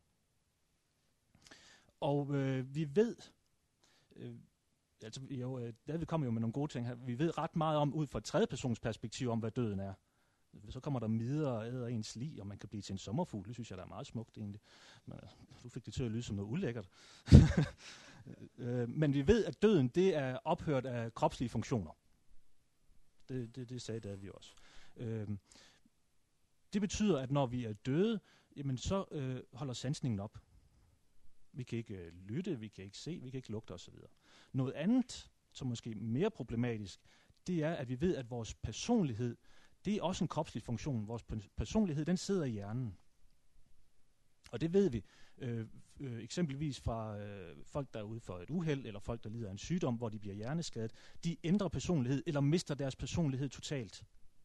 Og vi ved, David kommer jo med nogle gode ting her, vi ved ret meget om, ud fra et tredjepersons perspektiv, om hvad døden er. Så kommer der midder og æder ens lig, og man kan blive til en sommerfugl. Det synes jeg, der er meget smukt egentlig. Men, du fik det til at lyde som noget ulækkert. Men vi ved, at døden det er ophørt af kropslige funktioner. Det sagde David også. Det betyder, at når vi er døde, jamen så holder sansningen op. Vi kan ikke lytte, vi kan ikke se, vi kan ikke lugte osv. Noget andet, som måske er mere problematisk, det er, at vi ved, at vores personlighed, det er også en kropslig funktion. Vores personlighed, den sidder i hjernen. Og det ved vi eksempelvis fra folk, der er ude for et uheld, eller folk, der lider af en sygdom, hvor de bliver hjerneskadet. De ændrer personlighed, eller mister deres personlighed totalt.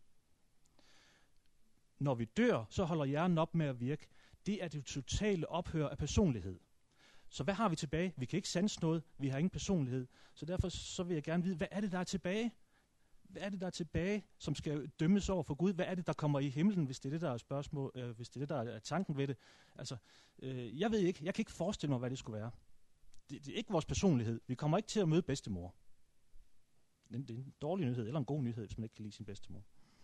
Når vi dør, så holder hjernen op med at virke. Det er det totale ophør af personlighed. Så hvad har vi tilbage? Vi kan ikke sanse noget, vi har ingen personlighed. Så derfor så vil jeg gerne vide, hvad er det, der er tilbage? Hvad er det, der er tilbage, som skal dømmes over for Gud? Hvad er det, der kommer i himlen, hvis det er det, der er spørgsmål, hvis det er det, der er tanken ved det? Altså, jeg ved ikke. Jeg kan ikke forestille mig, hvad det skulle være. Det er ikke vores personlighed. Vi kommer ikke til at møde bedstemor. Det er en dårlig nyhed, eller en god nyhed, hvis man ikke kan lide sin bedstemor.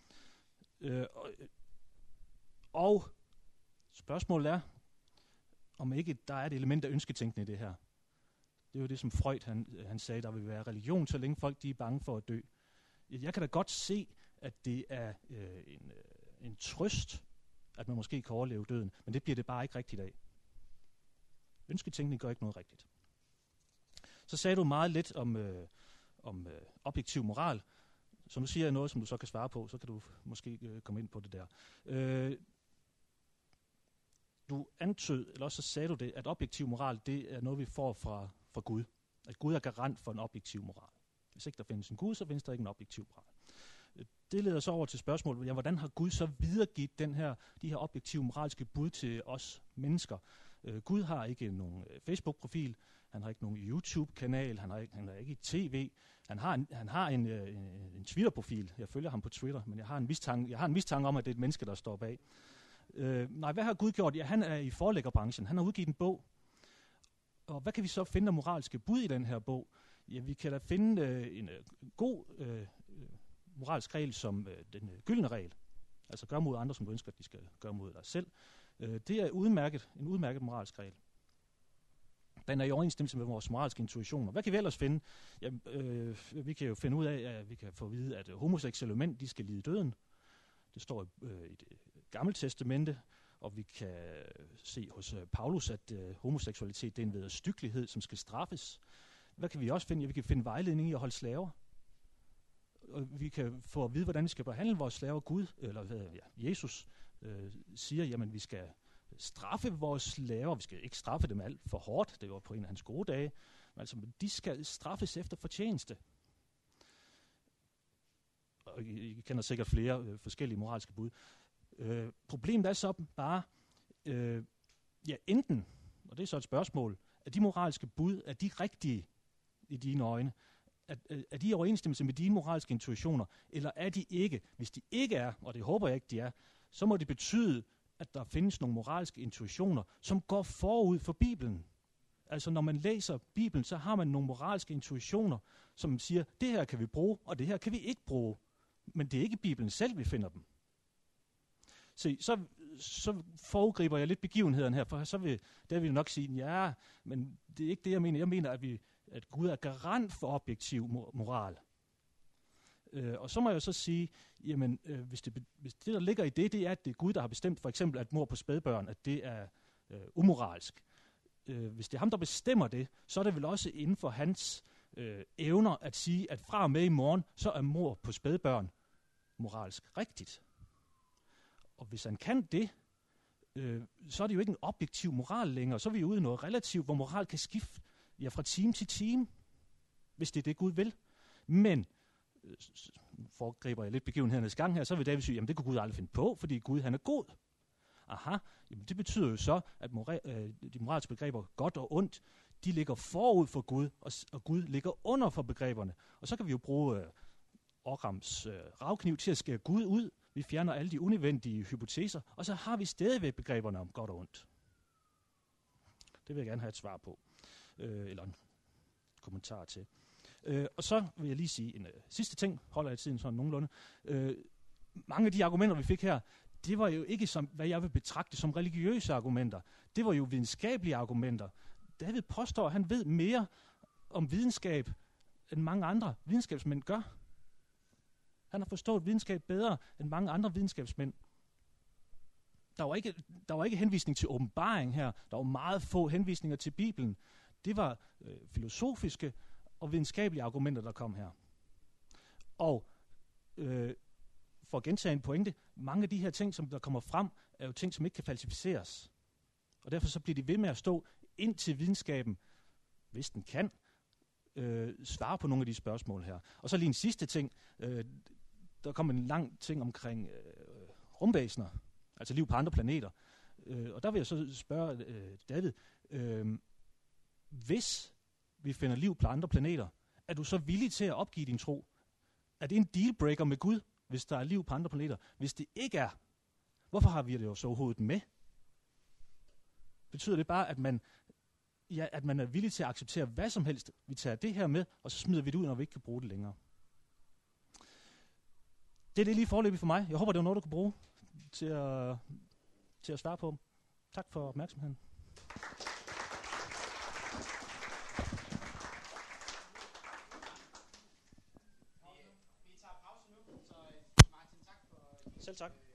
Og spørgsmålet er, om ikke der er et element af ønsketænkning i det her. Det er jo det, som Freud han sagde, der vil være religion, så længe folk de er bange for at dø. Jeg kan da godt se, at det er en trøst, at man måske kan overleve døden, men det bliver det bare ikke rigtigt af. Ønsketænkning gør ikke noget rigtigt. Så sagde du meget lidt om objektiv moral, så nu siger jeg noget, som du så kan svare på, så kan du måske komme ind på det der. Du antød, eller også så sagde du det, at objektiv moral, det er noget, vi får fra Gud. At Gud er garant for en objektiv moral. Hvis ikke der findes en Gud, så findes der ikke en objektiv moral. Det leder så over til spørgsmålet, ja, hvordan har Gud så videregivet de her objektive moralske bud til os mennesker? Gud har ikke nogen Facebook-profil, han har ikke nogen YouTube-kanal, han er ikke i tv, han har en Twitter-profil. Jeg følger ham på Twitter, men jeg har en mistanke om, at det er et menneske, der står bag. Hvad har Gud gjort? Ja, han er i forlæggerbranchen. Han har udgivet en bog. Og hvad kan vi så finde af moralske bud i den her bog? Ja, vi kan da finde en god moralsk regel som den gyldne regel. Altså gør mod andre, som du ønsker, at de skal gøre mod dig selv. Det er en udmærket moralsk regel. Den er i overensstemmelse med vores moralske intuitioner. Hvad kan vi ellers finde? Ja, vi kan jo finde ud af, at vi kan få at vide, at homoseksuelle mænd, de skal lide døden. Det står i det Gamle Testamente, og vi kan se hos Paulus, at homoseksualitet det er en vederstyggelighed, som skal straffes. Hvad kan vi også finde? Ja, vi kan finde vejledning i at holde slaver. Og vi kan få at vide, hvordan vi skal behandle vores slaver. Gud, eller Jesus, siger, jamen vi skal straffe vores slaver. Vi skal ikke straffe dem alt for hårdt. Det var på en af hans gode dage. Altså, de skal straffes efter fortjeneste. Og I kender sikkert flere forskellige moralske bud. Problemet er så bare, enten, og det er så et spørgsmål, er de moralske bud, er de rigtige i dine øjne? Er de i overensstemmelse med dine moralske intuitioner, eller er de ikke? Hvis de ikke er, og det håber jeg ikke, de er, så må det betyde, at der findes nogle moralske intuitioner, som går forud for Bibelen. Altså når man læser Bibelen, så har man nogle moralske intuitioner, som siger, det her kan vi bruge, og det her kan vi ikke bruge. Men det er ikke Bibelen selv, vi finder dem. Så foregriber jeg lidt begivenheden her, for så vil David nok sige, ja, men det er ikke det, jeg mener. Jeg mener, at Gud er garant for objektiv moral. Og så må jeg jo så sige, jamen, hvis det, der ligger i det er, at det er Gud, der har bestemt for eksempel, at mord på spædbørn, at det er umoralsk. Hvis det er ham, der bestemmer det, så er det vel også inden for hans evner at sige, at fra og med i morgen, så er mord på spædbørn moralsk rigtigt. Og hvis han kan det, så er det jo ikke en objektiv moral længere. Så er vi ude i noget relativt, hvor moral kan skifte fra time til time, hvis det er det, Gud vil. Men, foregriber jeg lidt begivenhedernes gang her, så vil David sige, jamen det kunne Gud aldrig finde på, fordi Gud han er god. Aha, jamen det betyder jo så, at de moralske begreber godt og ondt, de ligger forud for Gud, og Gud ligger under for begreberne. Og så kan vi jo bruge Ockhams ravkniv til at skære Gud ud. Vi fjerner alle de unødvendige hypoteser, og så har vi stadigvæk begreberne om godt og ondt. Det vil jeg gerne have et svar på, eller en kommentar til. Og så vil jeg lige sige en sidste ting, holder jeg tiden sådan nogenlunde. Mange af de argumenter, vi fik her, det var jo ikke som, hvad jeg vil betragte som religiøse argumenter. Det var jo videnskabelige argumenter. David påstår, at han ved mere om videnskab, end mange andre videnskabsmænd gør. Han har forstået videnskab bedre end mange andre videnskabsmænd. Der var ikke henvisning til åbenbaring her. Der var meget få henvisninger til Bibelen. Det var filosofiske og videnskabelige argumenter, der kom her. Og for at gentage en pointe, mange af de her ting, som der kommer frem, er jo ting, som ikke kan falsificeres. Og derfor så bliver de ved med at stå indtil videnskaben, hvis den kan, svare på nogle af de spørgsmål her. Og så lige en sidste ting. Der kom en lang ting omkring rumvæsener, altså liv på andre planeter. Og der vil jeg så spørge David, hvis vi finder liv på andre planeter, er du så villig til at opgive din tro? Er det en dealbreaker med Gud, hvis der er liv på andre planeter? Hvis det ikke er, hvorfor har vi det jo så overhovedet med? Betyder det bare, at man er villig til at acceptere hvad som helst? Vi tager det her med, og så smider vi det ud, når vi ikke kan bruge det længere. Det er det lige foreløbigt for mig. Jeg håber, det var noget, du kan bruge til at svare på. Tak for opmærksomheden. Vi tager pause nu, så Martin, tak for... Selv tak.